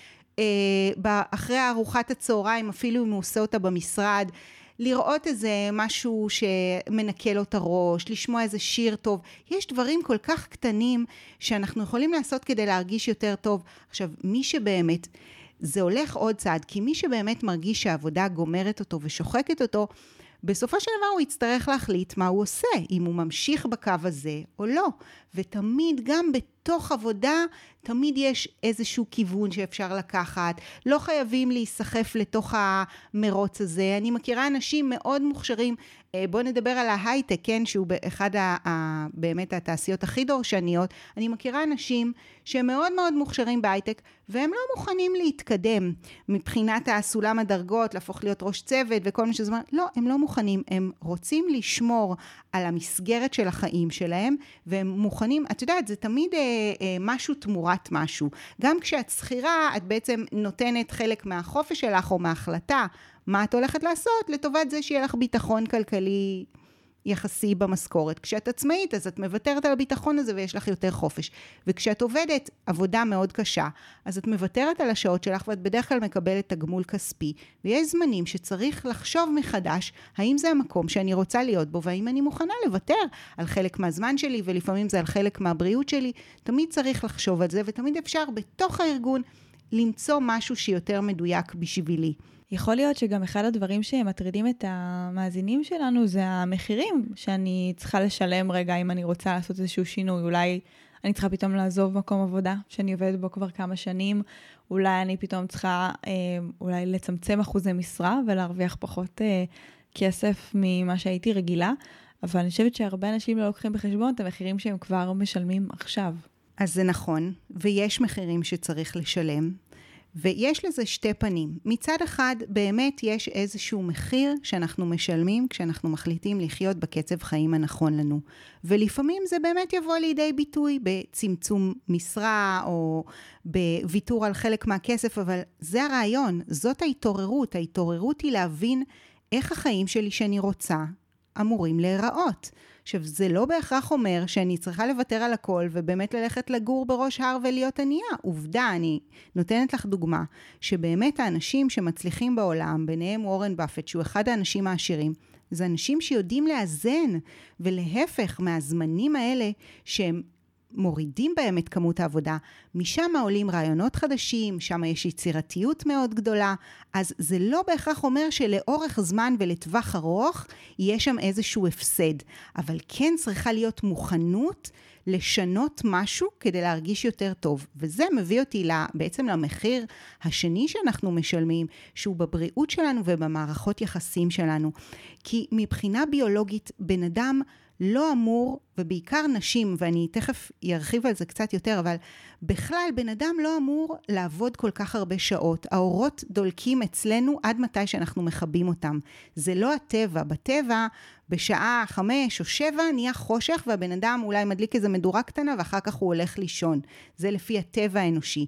אחרי ארוחת הצהריים, אפילו אם הוא עושה אותה במשרד, לראות איזה משהו שמנקה לו את הראש, לשמוע איזה שיר טוב. יש דברים כל כך קטנים שאנחנו יכולים לעשות כדי להרגיש יותר טוב. עכשיו, מי שבאמת, זה הולך עוד צעד, כי מי שבאמת מרגיש שהעבודה גומרת אותו ושוחקת אותו, בסופו של דבר הוא יצטרך להחליט מה הוא עושה, אם הוא ממשיך בקו הזה או לא. ותמיד גם בתוך עבודה, תמיד יש איזשהו כיוון שאפשר לקחת. לא חייבים להיסחף לתוך המרוץ הזה. אני מכירה אנשים מאוד מוכשרים, בוא נדבר על ההייטק, כן, שהוא באחד באמת התעשיות הכי דורשניות. אני מכירה אנשים שהם מאוד מאוד מוכשרים בהייטק, והם לא מוכנים להתקדם מבחינת הסולם הדרגות, להפוך להיות ראש צוות וכל מה שזה. לא, הם לא מוכנים. הם רוצים לשמור על המסגרת של החיים שלהם, והם מוכנים, את יודעת, זה תמיד משהו תמורת משהו. גם כשאת שכירה, את בעצם נותנת חלק מהחופש שלך או מההחלטה, מה את הולכת לעשות לטובת זה שיהיה לך ביטחון כלכלי יחסי במשכורת. כשאת עצמאית, אז את מוותרת על הביטחון הזה ויש לך יותר חופש. וכשאת עובדת עבודה מאוד קשה, אז את מוותרת על השעות שלך ואת בדרך כלל מקבלת תגמול כספי. ויש זמנים שצריך לחשוב מחדש, האם זה המקום שאני רוצה להיות בו, והאם אני מוכנה לוותר על חלק מהזמן שלי, ולפעמים זה על חלק מהבריאות שלי. תמיד צריך לחשוב על זה, ותמיד אפשר בתוך הארגון למצוא משהו שיותר מדויק בשבילי. יכול להיות שגם אחד הדברים שמטרידים את המאזינים שלנו זה המחירים שאני צריכה לשלם רגע אם אני רוצה לעשות איזשהו שינוי. אולי אני צריכה פתאום לעזוב מקום עבודה שאני עובדת בו כבר כמה שנים. אולי אני פתאום צריכה אולי לצמצם אחוזי משרה ולהרוויח פחות כסף ממה שהייתי רגילה. אבל אני חושבת שהרבה אנשים לא לוקחים בחשבון את המחירים שהם כבר משלמים עכשיו. אז זה נכון, ויש מחירים שצריך לשלם. ויש לזה שתי פנים. מצד אחד, באמת יש איזשהו מחיר שאנחנו משלמים כשאנחנו מחליטים לחיות בקצב חיים הנכון לנו. ולפעמים זה באמת יבוא לידי ביטוי בצמצום משרה או בוויתור על חלק מהכסף, אבל זה הרעיון, זאת ההתעוררות. ההתעוררות היא להבין איך החיים שלי שאני רוצה אמורים להיראות. עכשיו, זה לא בהכרח אומר שאני צריכה לוותר על הכל ובאמת ללכת לגור בראש הר ולהיות ענייה. עובדה, אני נותנת לך דוגמה, שבאמת האנשים שמצליחים בעולם, ביניהם וורן באפט, שהוא אחד האנשים העשירים, זה אנשים שיודעים לאזן, ולהפך מהזמנים האלה שהם מורידים בהם את כמות העבודה, משם עולים רעיונות חדשים, שם יש יצירתיות מאוד גדולה, אז זה לא בהכרח אומר שלאורך זמן ולטווח ארוך יהיה שם איזשהו הפסד, אבל כן צריכה להיות מוכנות לשנות משהו כדי להרגיש יותר טוב, וזה מביא אותי בעצם למחיר השני שאנחנו משלמים, שהוא בבריאות שלנו ובמערכות יחסים שלנו, כי מבחינה ביולוגית בן אדם לא אמור, ובעיקר נשים, ואני תכף ארחיב על זה קצת יותר, אבל בכלל בן אדם לא אמור לעבוד כל כך הרבה שעות. האורות דולקים אצלנו עד מתי שאנחנו מכבים אותם. זה לא הטבע. בטבע, בשעה 5 או 7 נהיה חושך, והבן אדם אולי מדליק איזה מדורה קטנה, ואחר כך הוא הולך לישון. זה לפי הטבע האנושי.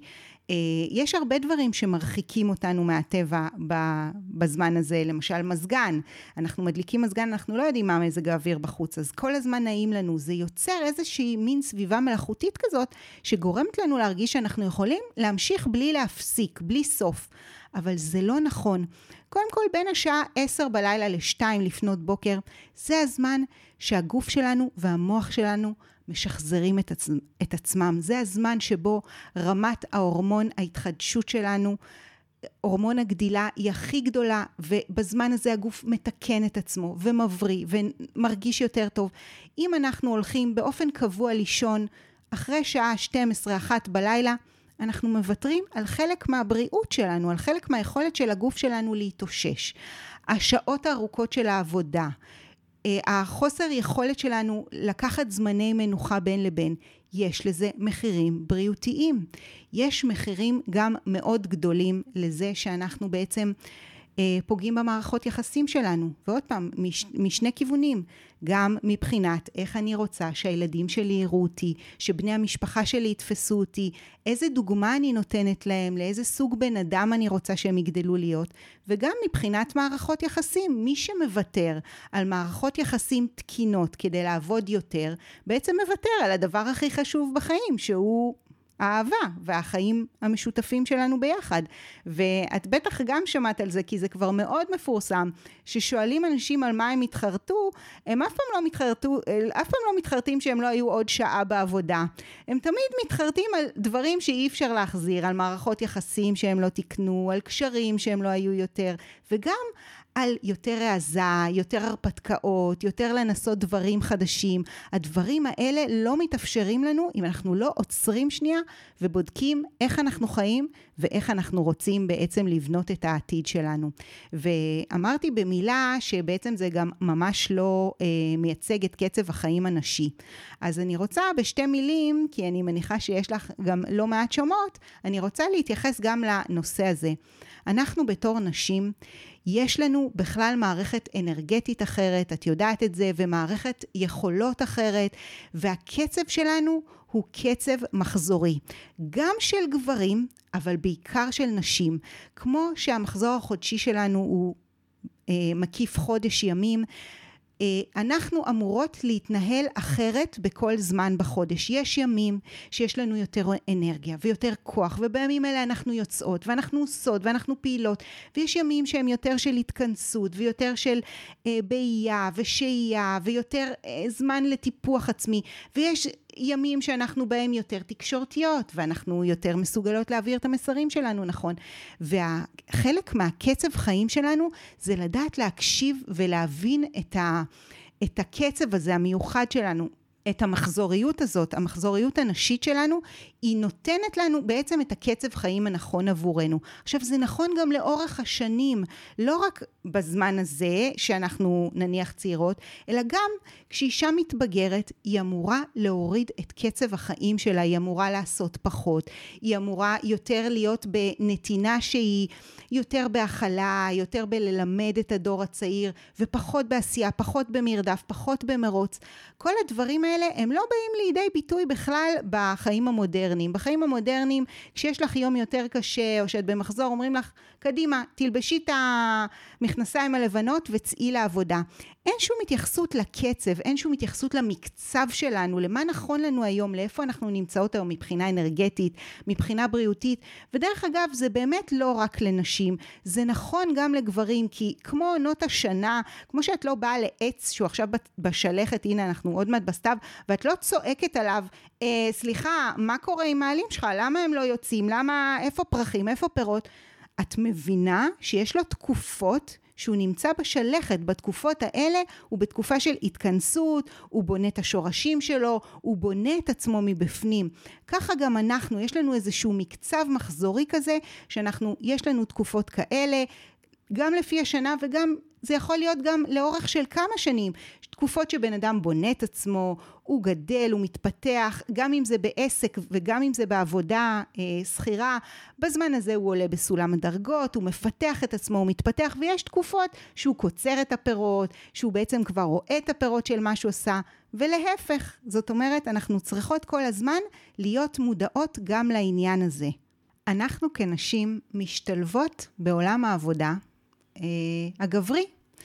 יש הרבה דברים שמרחיקים אותנו מהטבע בזמן הזה, למשל מזגן. אנחנו מדליקים מזגן, אנחנו לא יודעים מה מזג האוויר בחוץ, אז כל הזמן נעים לנו. זה יוצר איזושהי מין סביבה מלאכותית כזאת, שגורמת לנו להרגיש שאנחנו יכולים להמשיך בלי להפסיק, בלי סוף. אבל זה לא נכון. קודם כל, בין השעה 10 בלילה ל-2 לפנות בוקר, זה הזמן שהגוף שלנו והמוח שלנו משחזרים את עצמם. זה הזמן שבו רמת ההורמון, ההתחדשות שלנו, הורמון הגדילה היא הכי גדולה, ובזמן הזה הגוף מתקן את עצמו ומבריא ומרגיש יותר טוב. אם אנחנו הולכים באופן קבוע לישון אחרי שעה 12-1 בלילה, אנחנו מוותרים על חלק מהבריאות שלנו, על חלק מהיכולת של הגוף שלנו להתאושש. השעות הארוכות של העבודה, החוסר יכולת שלנו לקחת זמני מנוחה בין לבין, יש לזה מחירים בריאותיים. יש מחירים גם מאוד גדולים לזה שאנחנו בעצם פוגעים במערכות יחסים שלנו. ועוד פעם, משני כיוונים, גם מבחינת איך אני רוצה שהילדים שלי יראו אותי, שבני המשפחה שלי יתפסו אותי, איזה דוגמה אני נותנת להם, לאיזה סוג בן אדם אני רוצה שהם יגדלו להיות, וגם מבחינת מערכות יחסים, מי שמוותר על מערכות יחסים תקינות כדי לעבוד יותר, בעצם מוותר על הדבר הכי חשוב בחיים, שהוא האהבה והחיים המשותפים שלנו ביחד. ואת בטח גם שמעת על זה, כי זה כבר מאוד מפורסם, ששואלים אנשים על מה הם התחרטו, הם אף פעם לא מתחרטים שהם לא היו עוד שעה בעבודה. הם תמיד מתחרטים על דברים שאי אפשר להחזיר, על מערכות יחסים שהם לא תקנו, על קשרים שהם לא היו יותר, וגם על יותר העזה, יותר הרפתקאות, יותר לנסות דברים חדשים. הדברים האלה לא מתאפשרים לנו אם אנחנו לא עוצרים שנייה ובודקים איך אנחנו חיים ואיך אנחנו רוצים בעצם לבנות את העתיד שלנו. ואמרתי במילה שבעצם זה גם ממש לא מייצג את קצב החיים הנשי. אז אני רוצה בשתי מילים, כי אני מניחה שיש לך גם לא מעט שומעות, אני רוצה להתייחס גם לנושא הזה. אנחנו בתור נשים, יש לנו בכלל מערכת אנרגטית אחרת, את יודעת את זה, ומערכת יכולות אחרת, והקצב שלנו הוא קצב מחזורי. גם של גברים, אבל בעיקר של נשים. כמו שהמחזור החודשי שלנו הוא מקיף חודש ימים, אנחנו אמורות להתנהל אחרת בכל זמן בחודש. יש ימים שיש לנו יותר אנרגיה ויותר כוח, ובימים האלה אנחנו יוצאות ואנחנו עושות ואנחנו פעילות, ויש ימים שהם יותר של התכנסות ויותר של בעייה ושהייה ויותר זמן לטיפוח עצמי, ויש ימים שאנחנו בהם יותר תקשורתיות, ואנחנו יותר מסוגלות להעביר את המסרים שלנו, נכון. וחלק מהקצב חיים שלנו, זה לדעת להקשיב ולהבין את הקצב הזה, המיוחד שלנו, את המחזוריות הזאת, המחזוריות הנשית שלנו, היא נותנת לנו בעצם את הקצב חיים הנכון עבורנו. עכשיו, זה נכון גם לאורך השנים, לא רק בזמן הזה שאנחנו נניח צעירות, אלא גם כשאישה מתבגרת, היא אמורה להוריד את קצב החיים שלה, היא אמורה לעשות פחות, היא אמורה יותר להיות בנתינה שהיא יותר בהכלה, יותר בללמד את הדור הצעיר, ופחות בעשייה, פחות במרדף, פחות במרוץ. כל הדברים האלה הם לא באים לידי ביטוי בכלל בחיים המודרניים. בחיים המודרניים, כשיש לך יום יותר קשה, או שאת במחזור, אומרים לך, קדימה, תלבשי את המכנסיים הלבנות וצאי לעבודה. אין שום התייחסות לקצב, אין שום התייחסות למקצב שלנו, למה נכון לנו היום, לאיפה אנחנו נמצאות היום מבחינה אנרגטית, מבחינה בריאותית, ודרך אגב, זה באמת לא רק לנשים, זה נכון גם לגברים, כי כמו עונות השנה, כמו שאת לא באה לעץ שהוא עכשיו בשלכת, הנה אנחנו עוד מעט בסתיו, ואת לא צועקת עליו, סליחה, מה קורה עם העלים שלך? למה הם לא יוצאים? למה, איפה פרחים? איפה פירות? את מבינה שיש לו תקופות שהוא נמצא בשלכת, בתקופות האלה הוא בתקופה של התכנסות, הוא בונה את השורשים שלו, הוא בונה את עצמו מבפנים. ככה גם אנחנו, יש לנו איזשהו מקצב מחזורי כזה, יש לנו תקופות כאלה, גם לפי השנה וגם זה יכול להיות גם לאורך של כמה שנים. תקופות שבן אדם בונה את עצמו, הוא גדל, הוא מתפתח, גם אם זה בעסק וגם אם זה בעבודה סחירה, בזמן הזה הוא עולה בסולם הדרגות, הוא מפתח את עצמו, הוא מתפתח, ויש תקופות שהוא קוצר את הפירות, שהוא בעצם כבר רואה את הפירות של מה שהוא עושה, ולהפך, זאת אומרת, אנחנו צריכות כל הזמן להיות מודעות גם לעניין הזה. אנחנו כנשים משתלבות בעולם העבודה, הגברי,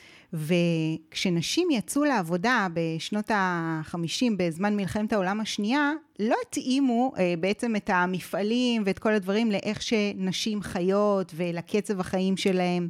וכשנשים יצאו לעבודה בשנות ה-50 בזמן מלחמת העולם השנייה, לא התאימו בעצם את המפעלים ואת כל הדברים לאיך שנשים חיות ולקצב החיים שלהם,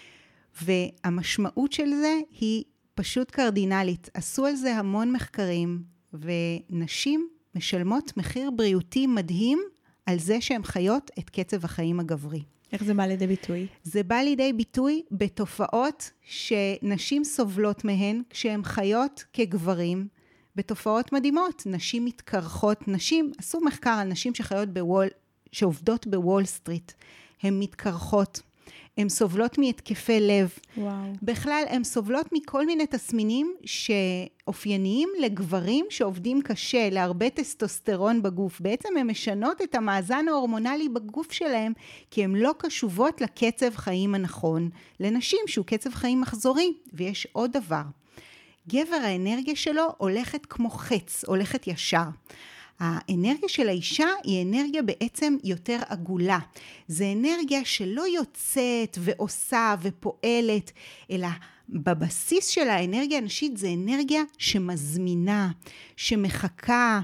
והמשמעות של זה היא פשוט קרדינלית. עשו על זה המון מחקרים, ונשים משלמות מחיר בריאותי מדהים על זה שהן חיות את קצב החיים הגברי. איך זה בא לידי ביטוי? זה בא לידי ביטוי בתופעות שנשים סובלות מהן כשהן חיות כגברים, בתופעות מדהימות. נשים מתקרחות, נשים, עשו מחקר על נשים שעובדות בוול סטריט, הן מתקרחות, הן סובלות מהתקפי לב. וואו. בכלל, הן סובלות מכל מיני תסמינים שאופייניים לגברים שעובדים קשה, להרבה טסטוסטרון בגוף. בעצם הן משנות את המאזן ההורמונלי בגוף שלהם, כי הן לא קשובות לקצב חיים הנכון לנשים, שהוא קצב חיים מחזורי. ויש עוד דבר. גבר, האנרגיה שלו הולכת כמו חץ, הולכת ישר. האנרגיה של האישה היא אנרגיה בעצם יותר עגולה. זה אנרגיה שלא יוצאת ועושה ופועלת, אלא בבסיס של האנרגיה הנשית זה אנרגיה שמזמינה, שמחכה,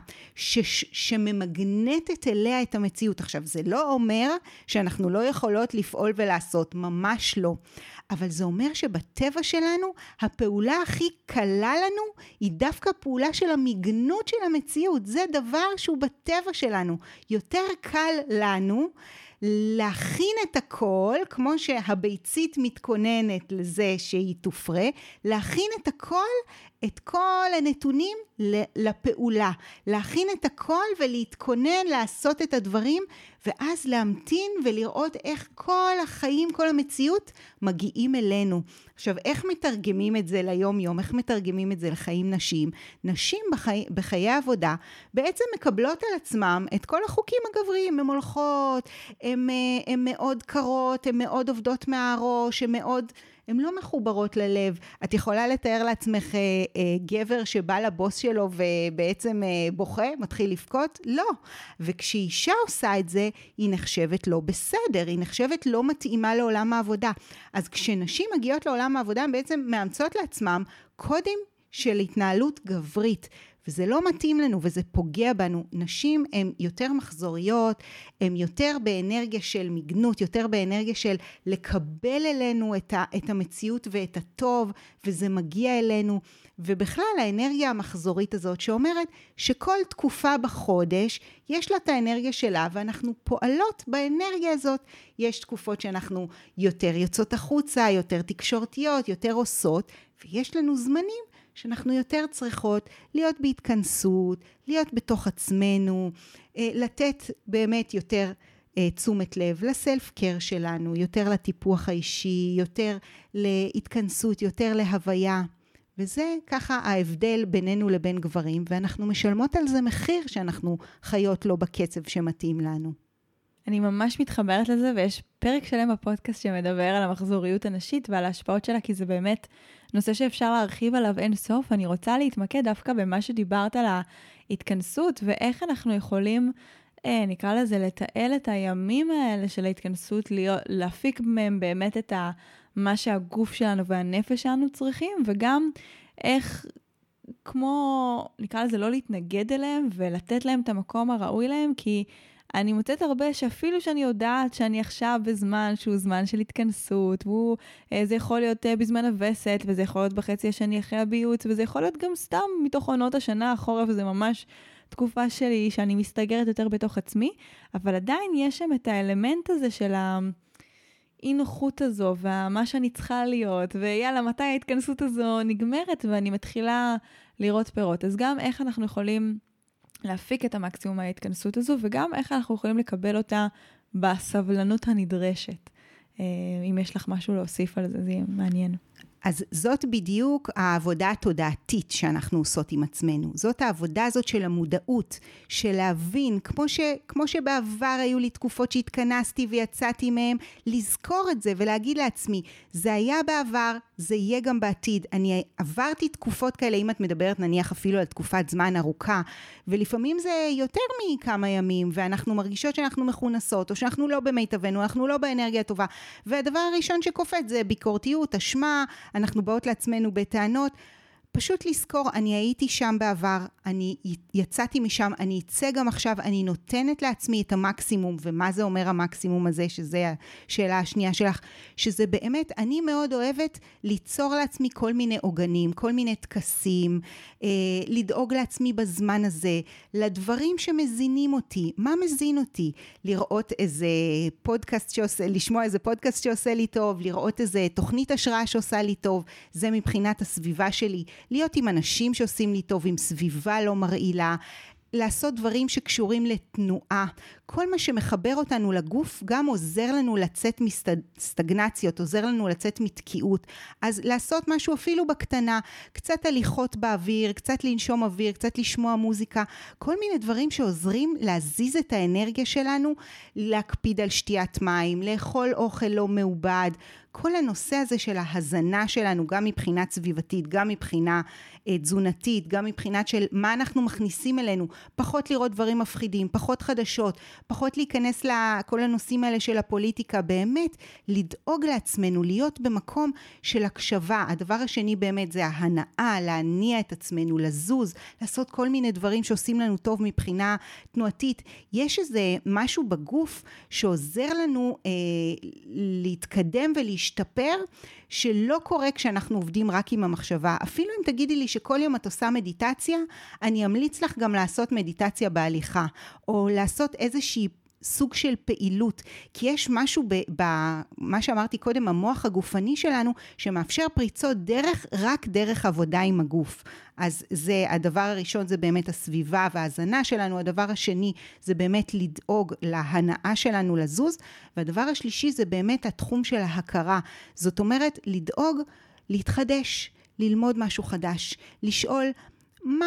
שממגנטת אליה את המציאות. עכשיו, זה לא אומר שאנחנו לא יכולות לפעול ולעשות, ממש לא. אבל זה אומר שבטבע שלנו, הפעולה הכי קלה לנו, היא דווקא פעולה של המגנות של המציאות. זה דבר שהוא בטבע שלנו. יותר קל לנו להכין את הכל, כמו שהביצית מתכוננת לזה שהיא תופרה, להכין את הכל, את כל הנתונים לפעולה, להכין את הכל ולהתכונן, לעשות את הדברים, ואז להמתין ולראות איך כל החיים, כל המציאות מגיעים אלינו. עכשיו, איך מתרגמים את זה ליום יום? איך מתרגמים את זה לחיים נשים? נשים בחיי עבודה בעצם מקבלות על עצמם את כל החוקים הגבריים, הן הולכות, הן מאוד קרות, הן מאוד עובדות מהראש, הן לא מחוברות ללב. את יכולה לתאר לעצמך גבר שבא לבוס שלו ובעצם בוכה, מתחיל לבכות? לא. וכשאישה עושה את זה, היא נחשבת לא בסדר, היא נחשבת לא מתאימה לעולם העבודה. אז כשנשים מגיעות לעולם העבודה, הן בעצם מאמצות לעצמם קודים של התנהלות גברית. וזה לא מתאים לנו וזה פוגע בנו. נשים הן יותר מחזוריות, הן יותר באנרגיה של מגנות, יותר באנרגיה של לקבל אלינו את המציאות ואת הטוב, וזה מגיע אלינו. ובכלל האנרגיה המחזורית הזאת שאומרת שכל תקופה בחודש יש לה את האנרגיה שלה, ואנחנו פועלות באנרגיה הזאת. יש תקופות שאנחנו יותר יוצאות החוצה, יותר תקשורתיות, יותר עושות, ויש לנו זמנים שאנחנו יותר צריכות להיות בהתכנסות, להיות בתוך עצמנו, לתת באמת יותר תשומת לב לסלף קר שלנו, יותר לטיפוח האישי, יותר להתכנסות, יותר להוויה. וזה ככה ההבדל בינינו לבין גברים, ואנחנו משלמות על זה מחיר שאנחנו חיות לא בקצב שמתאים לנו. אני ממש מתחברת לזה, ויש פרק שלם בפודקאסט שמדבר על המחזוריות הנשית ועל ההשפעות שלה, כי זה באמת נושא שאפשר להרחיב עליו אין סוף. אני רוצה להתמקד דווקא במה שדיברת על ההתכנסות, ואיך אנחנו יכולים, נקרא לזה, לתעל את הימים האלה של ההתכנסות, להפיק מהם באמת את מה שהגוף שלנו והנפש שלנו צריכים, וגם איך, כמו, נקרא לזה, לא להתנגד אליהם, ולתת להם את המקום הראוי להם, כי אני מוצאת הרבה שאפילו שאני יודעת שאני עכשיו בזמן שהוא זמן של התכנסות, וזה יכול להיות בזמן הווסת, וזה יכול להיות בחצי השני אחרי הביוץ, וזה יכול להיות גם סתם מתוך עונות השנה אחורה, וזה ממש תקופה שלי שאני מסתגרת יותר בתוך עצמי, אבל עדיין יש שם את האלמנט הזה של האי נוחות הזו, ומה שאני צריכה להיות, ויאללה, מתי ההתכנסות הזו נגמרת, ואני מתחילה לראות פירות. אז גם איך אנחנו יכולים להפיק את המקסימום מההתכנסות הזו, וגם איך אנחנו יכולים לקבל אותה בסבלנות הנדרשת. אם יש לך משהו להוסיף על זה, זה יהיה מעניין. אז זאת בדיוק העבודה התודעתית שאנחנו עושות עם עצמנו. זאת העבודה הזאת של המודעות, של להבין, כמו שבעבר היו לי תקופות שהתכנסתי ויצאתי מהם, לזכור את זה ולהגיד לעצמי, זה היה בעבר, זה יהיה גם בעתיד. אני עברתי תקופות כאלה, אם את מדברת נניח אפילו על תקופת זמן ארוכה, ולפעמים זה יותר מכמה ימים, ואנחנו מרגישות שאנחנו מכונסות, או שאנחנו לא במיטבנו, אנחנו לא באנרגיה טובה. והדבר הראשון שקופץ זה ביקורתיות, אשמה, אנחנו באות לעצמנו בטענות. פשוט לזכור, אני הייתי שם בעבר, אני יצאתי משם, אני אצא גם עכשיו, אני נותנת לעצמי את המקסימום, ומה זה אומר המקסימום הזה, שזה השאלה השנייה שלך, שזה באמת, אני מאוד אוהבת ליצור לעצמי כל מיני עוגנים, כל מיני תקסים, לדאוג לעצמי בזמן הזה, לדברים שמזינים אותי. מה מזין אותי? לראות איזה פודקאסט לשמוע איזה פודקאסט שעושה לי טוב, לראות איזה תוכנית השראה שעושה לי טוב, זה מבחינת הסביבה שלי. להיות עם אנשים שעושים לי טוב, עם סביבה לא מרעילה, לעשות דברים שקשורים לתנועה. כל מה שמחבר אותנו לגוף גם עוזר לנו לצאת מסטגנציות, עוזר לנו לצאת מתקיעות. אז לעשות משהו אפילו בקטנה, קצת הליכות באוויר, קצת לנשום אוויר, קצת לשמוע מוזיקה, כל מיני דברים שעוזרים להזיז את האנרגיה שלנו, להקפיד על שתיית מים, לאכול אוכל לא מעובד, כל הנושא הזה של ההזנה שלנו, גם מבחינת סביבתית, גם מבחינה תזונתית, גם מבחינת של מה אנחנו מכניסים אלינו, פחות לראות דברים מפחידים, פחות חדשות, פחות להיכנס לכל הנושאים האלה של הפוליטיקה, באמת לדאוג לעצמנו, להיות במקום של הקשבה. הדבר השני באמת זה ההנאה, להניע את עצמנו, לזוז, לעשות כל מיני דברים שעושים לנו טוב מבחינה תנועתית. יש איזה משהו בגוף שעוזר לנו להתקדם ולהשתפר, שלא קורה כשאנחנו עובדים רק עם המחשבה. אפילו אם תגידי לי שכל יום את עושה מדיטציה, אני אמליץ לך גם לעשות מדיטציה בהליכה, או לעשות איזושהי סוג של פעילות, כי יש משהו במה שאמרתי קודם, המוח הגופני שלנו, שמאפשר פריצות דרך, רק דרך עבודה עם הגוף. אז זה, הדבר הראשון זה באמת הסביבה וההזנה שלנו, הדבר השני זה באמת לדאוג להנאה שלנו לזוז, והדבר השלישי זה באמת התחום של ההכרה. זאת אומרת, לדאוג, להתחדש, ללמוד משהו חדש, לשאול, מה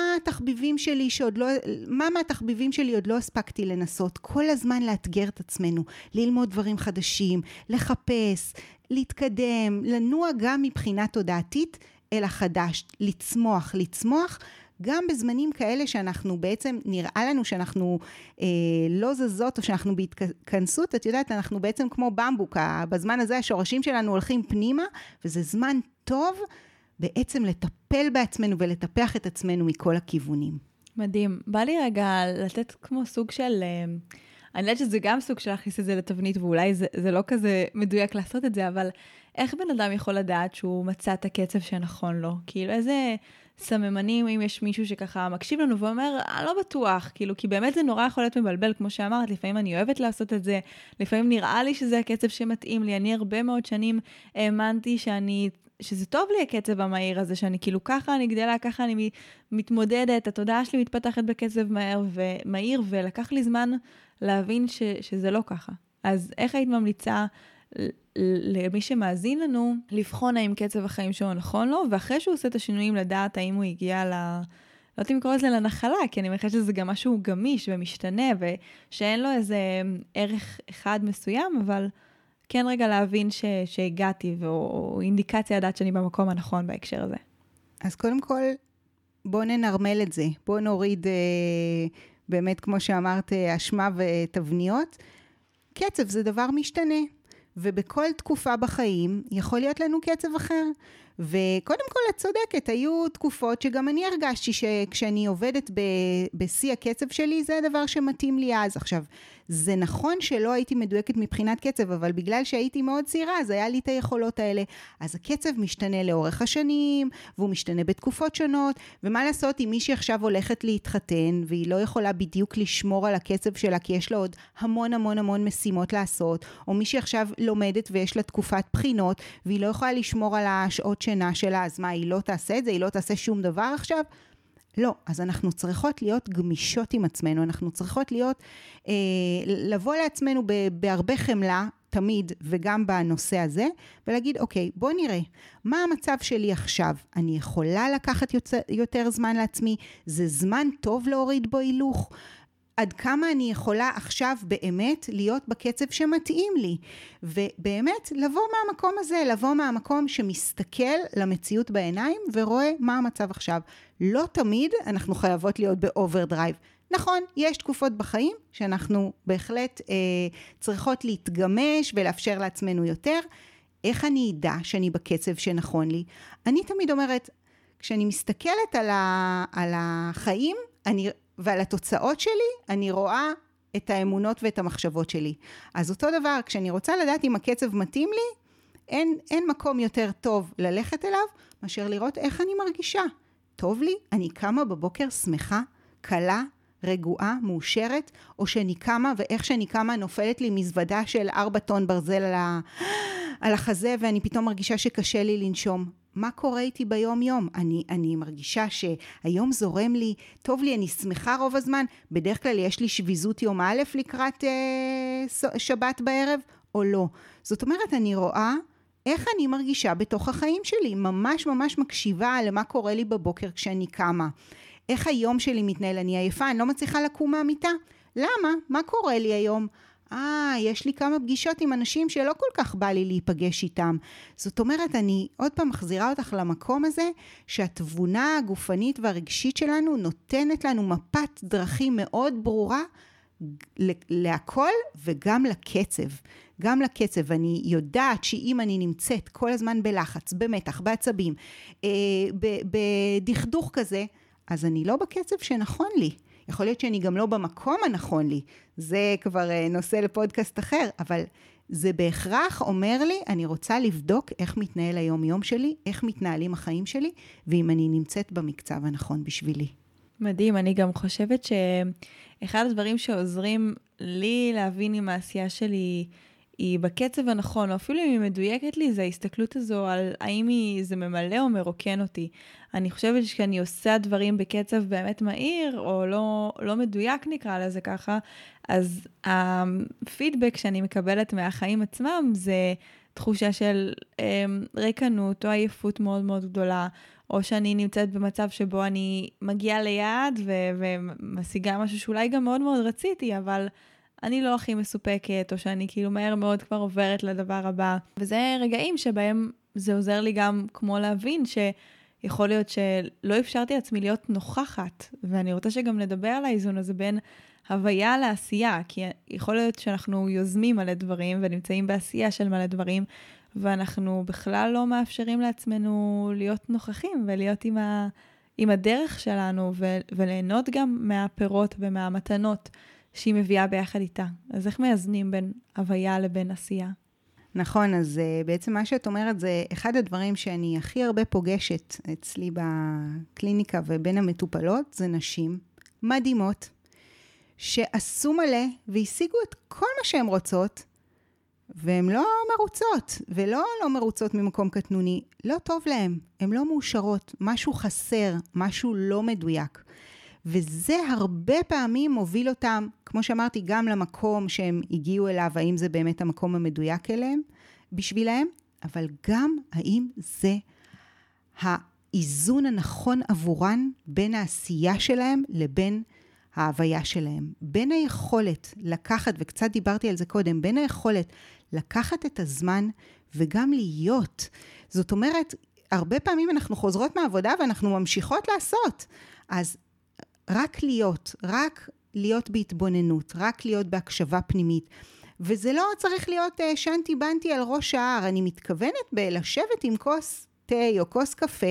מהתחביבים שלי עוד לא הספקתי לנסות? כל הזמן לאתגר את עצמנו, ללמוד דברים חדשים, לחפש, להתקדם, לנוע גם מבחינה תודעתית אל החדש, לצמוח, גם בזמנים כאלה שאנחנו בעצם, נראה לנו שאנחנו לא זזות או שאנחנו בהתכנסות, את יודעת, אנחנו בעצם כמו במבוק, בזמן הזה השורשים שלנו הולכים פנימה, וזה זמן טוב, בעצם לטפל בעצמנו ולטפח את עצמנו מכל הכיוונים. מדהים. בא לי רגע לתת כמו סוג של... אני יודעת שזה גם סוג של להכניס את זה לתבנית, ואולי זה לא כזה מדויק לעשות את זה, אבל איך בן אדם יכול לדעת שהוא מצא את הקצב שנכון לו? כאילו איזה סממנים, אם יש מישהו שככה מקשיב לנו ואומר, לא בטוח, כאילו, כי באמת זה נורא יכול להיות מבלבל, כמו שאמרת, לפעמים אני אוהבת לעשות את זה, לפעמים נראה לי שזה הקצב שמתאים לי, אני הרבה מאוד שנים האמנתי שזה טוב לי הקצב המהיר הזה, שאני כאילו ככה אני גדלה, ככה אני מתמודדת, התודעה שלי מתפתחת בקצב מהיר, ולקח לי זמן להבין שזה לא ככה. אז איך היית ממליצה למי שמאזין לנו, לבחון האם קצב החיים שלו נכון לו, ואחרי שהוא עושה את השינויים לדעת האם הוא הגיע לא יודעת אם לקרוא לזה לנחלה, כי אני מניחה שזה גם משהו גמיש ומשתנה, ושאין לו איזה ערך אחד מסוים, אבל כן רגע להבין שהגעתי, או אינדיקציה לדעת שאני במקום הנכון בהקשר הזה. אז קודם כל, בוא ננרמל את זה. בוא נוריד באמת, כמו שאמרת, אשמה ותבניות. קצב זה דבר משתנה, ובכל תקופה בחיים יכול להיות לנו קצב אחר. וקודם כל את צודקת, היו תקופות שגם אני הרגשתי שכשאני עובדת בשיא הקצב שלי, זה הדבר שמתאים לי אז. עכשיו, זה נכון שלא הייתי מדויקת מבחינת קצב, אבל בגלל שהייתי מאוד צעירה, אז היה לי את היכולות האלה. אז הקצב משתנה לאורך השנים, והוא משתנה בתקופות שונות, ומה לעשות אם מישהי עכשיו הולכת להתחתן, והיא לא יכולה בדיוק לשמור על הקצב שלה, כי יש לה עוד המון המון המון משימות לעשות, או מישהי עכשיו לומדת ויש לה תקופת בחינות, והיא לא יכולה לשמור על השעות שינה שלה, אז מה, היא לא תעשה את זה? היא לא תעשה שום דבר עכשיו? לא, אז אנחנו צריכות להיות גמישות עם עצמנו, אנחנו צריכות להיות, לבוא לעצמנו בהרבה חמלה, תמיד וגם בנושא הזה, ולהגיד, אוקיי, בוא נראה, מה המצב שלי עכשיו? אני יכולה לקחת יותר זמן לעצמי? זה זמן טוב להוריד בו הילוך? עד כמה אני יכולה עכשיו באמת להיות בקצב שמתאים לי, ובאמת לבוא מהמקום הזה, לבוא מהמקום שמסתכל למציאות בעיניים, ורואה מה המצב עכשיו. לא תמיד אנחנו חייבות להיות באוברדרייב. נכון, יש תקופות בחיים שאנחנו בהחלט צריכות להתגמש ולאפשר לעצמנו יותר. איך אני אדע שאני בקצב שנכון לי? אני תמיד אומרת, כשאני מסתכלת על החיים, ועל התוצאות שלי, אני רואה את האמונות ואת המחשבות שלי. אז אותו דבר, כשאני רוצה לדעת אם הקצב מתאים לי, אין מקום יותר טוב ללכת אליו, מאשר לראות איך אני מרגישה. טוב לי? אני קמה בבוקר שמחה, קלה, רגועה, מאושרת, או שאני קמה, ואיך שאני קמה נופלת לי מזוודה של 4 טון ברזל על החזה, ואני פתאום מרגישה שקשה לי לנשום. מה קורה איתי ביום יום? אני מרגישה שהיום זורם לי, טוב לי, אני שמחה רוב הזמן, בדרך כלל יש לי שביזות יום א' לקראת שבת בערב, או לא. זאת אומרת, אני רואה איך אני מרגישה בתוך החיים שלי, ממש ממש מקשיבה למה קורה לי בבוקר כשאני קמה. איך היום שלי מתנהל, אני עייפה, אני לא מצליחה לקום מהמיטה. למה? מה קורה לי היום? יש לי כמה פגישות עם אנשים שלא כל כך בא לי להיפגש איתם. זאת אומרת, אני עוד פעם מחזירה אותך למקום הזה, שהתבונה הגופנית והרגשית שלנו נותנת לנו מפת דרכים מאוד ברורה, להכל וגם לקצב. גם לקצב, אני יודעת שאם אני נמצאת כל הזמן בלחץ, במתח, בעצבים, בדכדוך כזה, אז אני לא בקצב שנכון לי. יכול להיות שאני גם לא במקום הנכון לי. זה כבר נושא לפודקאסט אחר, אבל זה בהכרח אומר לי, אני רוצה לבדוק איך מתנהל היום יום שלי, איך מתנהלים החיים שלי, ואם אני נמצאת במקצב הנכון בשבילי. מדהים, אני גם חושבת שאחד הדברים שעוזרים לי להבין אם העשייה שלי היא בקצב הנכון, או אפילו אם היא מדויקת לי, זה ההסתכלות הזו על האם זה ממלא או מרוקן אותי. אני חושבת שכשאני עושה דברים בקצב באמת מהיר, או לא מדויק נקרא לזה ככה, אז הפידבק שאני מקבלת מהחיים עצמם, זה תחושה של ריקנות או עייפות מאוד מאוד גדולה, או שאני נמצאת במצב שבו אני מגיעה ליעד, ומשיגה משהו שאולי גם מאוד מאוד רציתי, אבל אני לא הכי מסופקת, או שאני כאילו מהר מאוד כבר עוברת לדבר הבא. וזה רגעים שבהם זה עוזר לי גם כמו להבין שיכול להיות שלא אפשרתי עצמי להיות נוכחת, ואני רוצה שגם נדבר על האיזון הזה בין הוויה לעשייה, כי יכול להיות שאנחנו יוזמים מלא דברים, ונמצאים בעשייה של מלא דברים, ואנחנו בכלל לא מאפשרים לעצמנו להיות נוכחים ולהיות עם הדרך שלנו וליהנות גם מהפירות ומהמתנות שהיא מביאה ביחד איתה. אז איך מאזנים בין הוויה לבין עשייה? נכון, אז בעצם מה שאת אומרת זה אחד הדברים שאני הכי הרבה פוגשת אצלי בקליניקה ובין המטופלות, זה נשים מדהימות שעשו מלא והשיגו את כל מה שהן רוצות, והן לא מרוצות, ולא מרוצות ממקום קטנוני, לא טוב להן, הן לא מאושרות, משהו חסר, משהו לא מדויק. וזה הרבה פעמים מוביל אותם, כמו שאמרתי, גם למקום שהם הגיעו אליו, האם זה באמת המקום המדויק אליהם, בשבילהם, אבל גם האם זה האיזון הנכון עבורן בין העשייה שלהם לבין ההוויה שלהם. בין היכולת לקחת, וקצת דיברתי על זה קודם, בין היכולת לקחת את הזמן וגם להיות. זאת אומרת, הרבה פעמים אנחנו חוזרות מהעבודה ואנחנו ממשיכות לעשות. אז רק להיות בהתבוננות, רק להיות בהקשבה פנימית. וזה לא צריך להיות שנתי בנתי על ראש ההר, אני מתכוונת בלשבת עם כוס תה או כוס קפה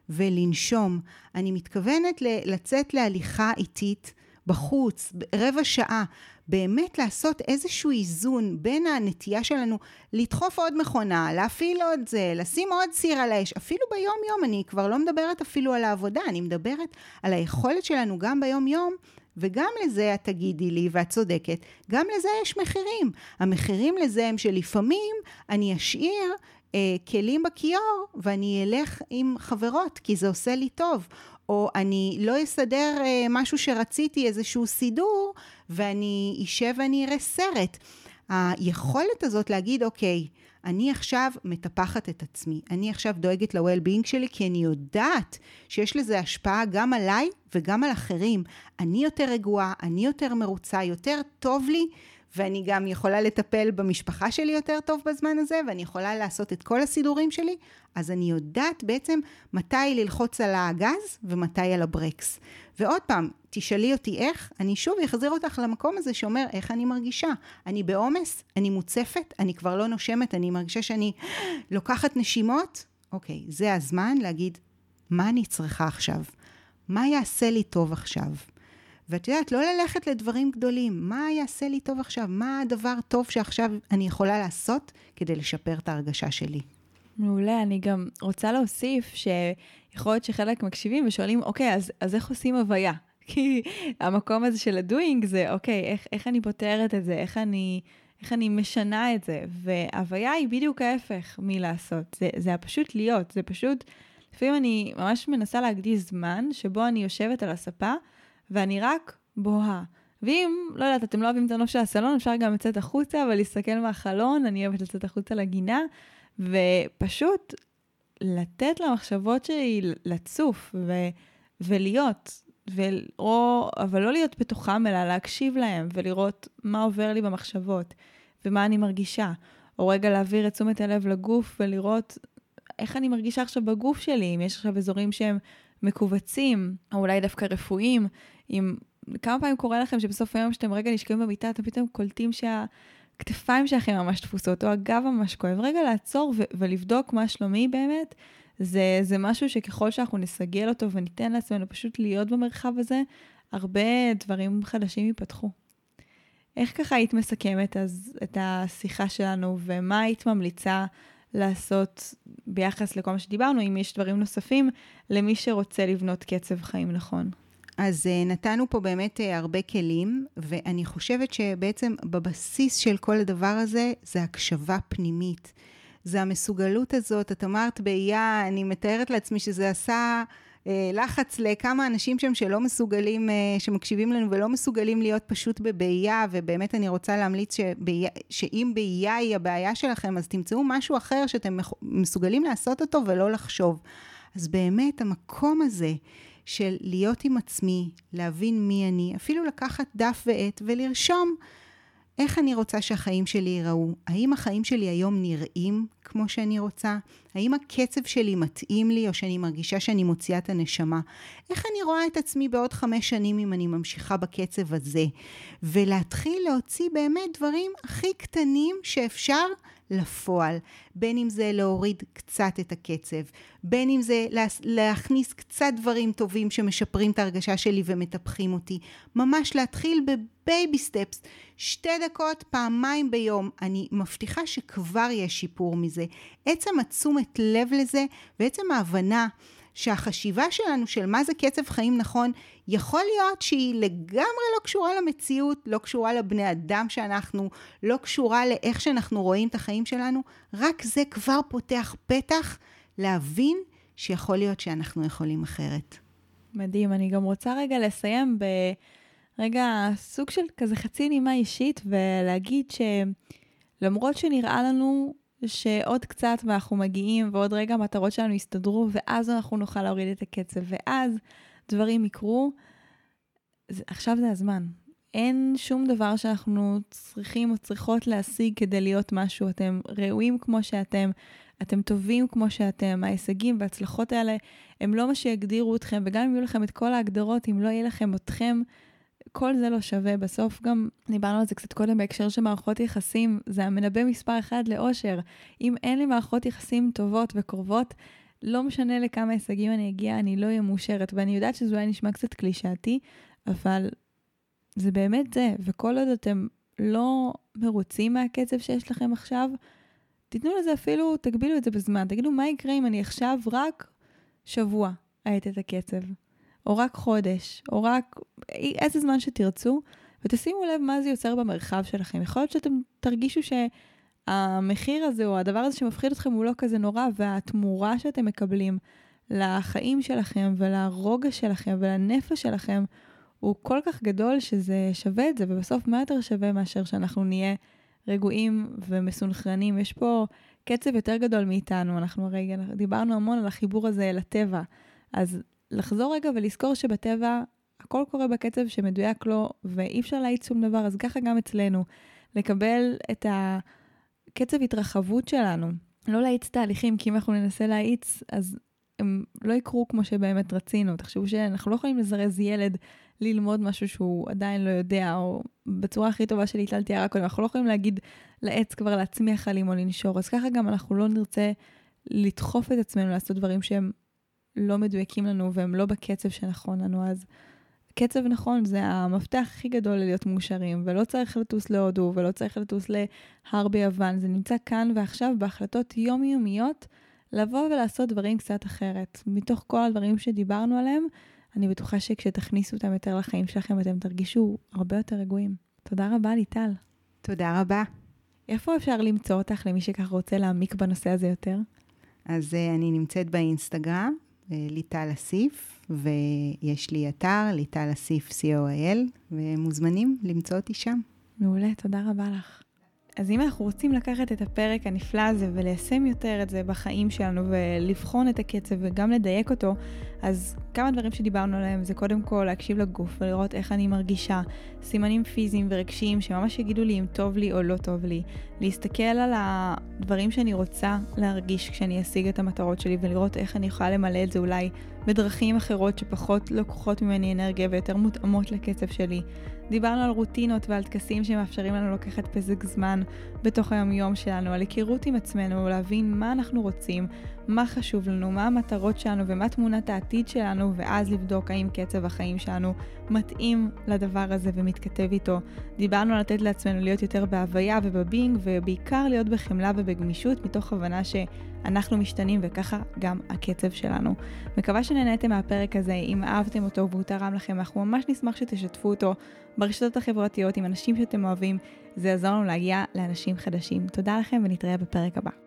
ולנשום. אני מתכוונת לצאת להליכה איטית בחוץ, רבע שעה, באמת לעשות איזשהו איזון בין הנטייה שלנו, לדחוף עוד מכונה, להפעיל עוד זה, לשים עוד סיר על האש, אפילו ביום יום, אני כבר לא מדברת אפילו על העבודה, אני מדברת על היכולת שלנו גם ביום יום, וגם לזה את תגידי לי ואת צודקת, גם לזה יש מחירים. המחירים לזה הם שלפעמים אני אשאיר כלים בכיור ואני אלך עם חברות כי זה עושה לי טוב, או אני לא אסדר משהו שרציתי, איזשהו סידור, ואני אשב ואני אראה סרט. היכולת הזאת להגיד, אוקיי, אני עכשיו מטפחת את עצמי, אני עכשיו דואגת ל-well-being שלי, כי אני יודעת שיש לזה השפעה גם עליי וגם על אחרים. אני יותר רגועה, אני יותר מרוצה, יותר טוב לי, ואני גם יכולה לטפל במשפחה שלי יותר טוב בזמן הזה, ואני יכולה לעשות את כל הסידורים שלי, אז אני יודעת בעצם מתי ללחוץ על הגז ומתי על הברקס. ועוד פעם, תשאלי אותי איך, אני שוב אחזיר אותך למקום הזה שאומר איך אני מרגישה. אני בעומס, אני מוצפת, אני כבר לא נושמת, אני מרגישה שאני לוקחת נשימות. אוקיי, זה הזמן להגיד, מה אני צריכה עכשיו? מה יעשה לי טוב עכשיו? ואת יודעת, לא ללכת לדברים גדולים. מה יעשה לי טוב עכשיו? מה הדבר טוב שעכשיו אני יכולה לעשות כדי לשפר את ההרגשה שלי? מעולה, אני גם רוצה להוסיף שיכול להיות שחלק מקשיבים ושואלים, אוקיי, אז איך עושים הוויה? כי המקום הזה של הדוינג זה, אוקיי, איך אני פותרת את זה? איך אני משנה את זה? וההוויה היא בדיוק ההפך מלעשות. זה פשוט להיות, זה פשוט, לפעמים אני ממש מנסה להקדיש זמן שבו אני יושבת על הספה, ואני רק בוהה. ואם, לא יודעת, אתם לא אוהבים את הנוף של הסלון, אפשר גם לצאת החוצה ולהסתכל מהחלון, אני אוהבת לצאת החוצה לגינה, ופשוט לתת למחשבות שלי לצוף ולהיות, אבל לא להיות בתוכם, אלא להקשיב להם ולראות מה עובר לי במחשבות ומה אני מרגישה. או רגע להעביר את תשומת הלב לגוף ולראות איך אני מרגישה עכשיו בגוף שלי, אם יש עכשיו אזורים שהם מקובצים, או אולי דווקא רפואיים, כמה פעמים קורה לכם שבסוף היום שאתם רגע נשכבים במיטה, אתם פתאום קולטים הכתפיים שלכם ממש תפוסות, או הגב ממש כואב. רגע לעצור ולבדוק מה שלומי באמת, זה משהו שככל שאנחנו נסגל אותו וניתן לעצמנו פשוט להיות במרחב הזה, הרבה דברים חדשים ייפתחו. איך ככה היית מסכמת אז את השיחה שלנו, ומה היית ממליצה לעשות ביחס לכל מה שדיברנו, אם יש דברים נוספים למי שרוצה לבנות קצב חיים נכון? אז נתנו פה באמת הרבה כלים, ואני חושבת שבעצם בבסיס של כל הדבר הזה, זה הקשבה פנימית. זה המסוגלות הזאת, את אמרת באייה, אני מתארת לעצמי שזה עשה לחץ לכמה אנשים שם שלא מסוגלים, שמקשיבים לנו ולא מסוגלים להיות פשוט בבעיה, ובאמת אני רוצה להמליץ שאם בעיה היא הבעיה שלכם, אז תמצאו משהו אחר שאתם מסוגלים לעשות אותו ולא לחשוב. אז באמת המקום הזה של להיות עם עצמי, להבין מי אני, אפילו לקחת דף ועט ולרשום איך אני רוצה שהחיים שלי ייראו. האם החיים שלי היום נראים כמו שאני רוצה? האם הקצב שלי מתאים לי, או שאני מרגישה שאני מוציאה את הנשמה? איך אני רואה את עצמי בעוד 5 שנים אם אני ממשיכה בקצב הזה? ולהתחיל להוציא באמת דברים הכי קטנים שאפשר לפועל. בין אם זה להוריד קצת את הקצב, בין אם זה להכניס קצת דברים טובים שמשפרים את ההרגשה שלי ומטפחים אותי. ממש להתחיל בבייבי סטפס, 2 דקות, פעמיים ביום. אני מבטיחה שכבר יש שיפור מזה. עצם התשומת לב לזה, ועצם ההבנה שהחשיבה שלנו של מה זה קצב חיים נכון, יכול להיות שהיא לגמרי לא קשורה למציאות, לא קשורה לבני אדם שאנחנו, לא קשורה לאיך שאנחנו רואים את החיים שלנו, רק זה כבר פותח פתח להבין שיכול להיות שאנחנו יכולים אחרת. מדהים, אני גם רוצה רגע לסיים ברגע סוג של כזה חצי נימה אישית, ולהגיד שלמרות שנראה לנו שעוד קצת ואנחנו מגיעים, ועוד רגע המטרות שלנו יסתדרו, ואז אנחנו נוכל להוריד את הקצב, ואז דברים יקרו, עכשיו זה הזמן. אין שום דבר שאנחנו צריכים או צריכות להשיג כדי להיות משהו. אתם ראויים כמו שאתם, אתם טובים כמו שאתם, ההישגים וההצלחות האלה, הם לא מה שיגדירו אתכם, וגם אם יהיו לכם את כל ההגדרות, אם לא יהיה לכם אתכם, כל זה לא שווה. בסוף גם דיברנו על זה קצת קודם בהקשר של מערכות יחסים, זה המנבא מספר 1 לאושר. אם אין לי מערכות יחסים טובות וקרובות, לא משנה לכמה הישגים אני אגיע, אני לא אהיה מאושרת, ואני יודעת שזה אולי נשמע קצת קלישאתי, אבל זה באמת זה, וכל עוד אתם לא מרוצים מהקצב שיש לכם עכשיו, תיתנו לזה אפילו, תגבילו את זה בזמן, תגידו מה יקרה אם אני עכשיו רק שבוע אעט את הקצב, או רק חודש, או רק איזה זמן שתרצו, ותשימו לב מה זה יוצר במרחב שלכם. יכול להיות שאתם תרגישו שהמחיר הזה, או הדבר הזה שמפחיד אתכם הוא לא כזה נורא, והתמורה שאתם מקבלים לחיים שלכם, ולרוגע שלכם, ולנפש שלכם, הוא כל כך גדול שזה שווה את זה, ובסוף מה יותר שווה מאשר שאנחנו נהיה רגועים ומסונכרנים. יש פה קצב יותר גדול מאיתנו, אנחנו הרי דיברנו המון על החיבור הזה לטבע, אז לחזור רגע ולזכור שבטבע הכל קורה בקצב שמדויק לו, ואי אפשר להאיץ שום דבר, אז ככה גם אצלנו, לקבל את הקצב התרחבות שלנו, לא להאיץ תהליכים, כי אם אנחנו ננסה להאיץ, אז הם לא יקרו כמו שבאמת רצינו. תחשבו שאנחנו לא יכולים לזרז ילד ללמוד משהו שהוא עדיין לא יודע, או בצורה הכי טובה שלי התללתי רק קודם, אנחנו לא יכולים להגיד לעץ כבר להצמיח עלים או לנשור, אז ככה גם אנחנו לא נרצה לדחוף את עצמנו לעשות דברים שהם לא מדויקים לנו, והם לא בקצב שנכון לנו. אז קצב נכון זה המפתח הכי גדול להיות מאושרים, ולא צריך לטוס להודו, ולא צריך לטוס להר ביוון, זה נמצא כאן ועכשיו בהחלטות יומיומיות, לבוא ולעשות דברים קצת אחרת. מתוך כל הדברים שדיברנו עליהם, אני בטוחה שכשתכניסו אותם יותר לחיים שלכם, אתם תרגישו הרבה יותר רגועים. תודה רבה, ליטל. תודה רבה. איפה אפשר למצוא אותך למי שכך רוצה להעמיק בנושא הזה יותר? אז אני נמצאת באינסטגרם, ליטל אסיף, ויש לי אתר, ליטל אסיף co.il, ומוזמנים למצוא אותי שם. מעולה, תודה רבה לך. אז אם אנחנו רוצים לקחת את הפרק הנפלא הזה וליישם יותר את זה בחיים שלנו ולבחון את הקצב וגם לדייק אותו, אז כמה דברים שדיברנו עליהם זה קודם כל להקשיב לגוף ולראות איך אני מרגישה, סימנים פיזיים ורגשיים שממש יגידו לי אם טוב לי או לא טוב לי, להסתכל על הדברים שאני רוצה להרגיש כשאני אשיג את המטרות שלי ולראות איך אני יכולה למלא את זה אולי בדרכים אחרות שפחות לוקחות ממני אנרגיה ויותר מותאמות לקצב שלי. דיברנו על רוטינות ועל טקסים שמאפשרים לנו לקחת פסק זמן בתוך היום-יום שלנו, על היכרות עם עצמנו, להבין מה אנחנו רוצים, מה חשוב לנו, מה המטרות שלנו ומה תמונת העתיד שלנו, ואז לבדוק האם קצב החיים שלנו מתאים לדבר הזה ומתכתב איתו. דיברנו על לתת לעצמנו להיות יותר בהוויה ובבינג, ובעיקר להיות בחמלה ובגמישות, מתוך הבנה שאנחנו משתנים וככה גם הקצב שלנו. מקווה שנהניתם מהפרק הזה, אם אהבתם אותו והוא תרם לכם, אנחנו ממש נשמח שתשתפו אותו ברשתות החברתיות עם אנשים שאתם אוהבים, זה יעזור לנו להגיע לאנשים חדשים. תודה לכם ונתראה בפרק הבא.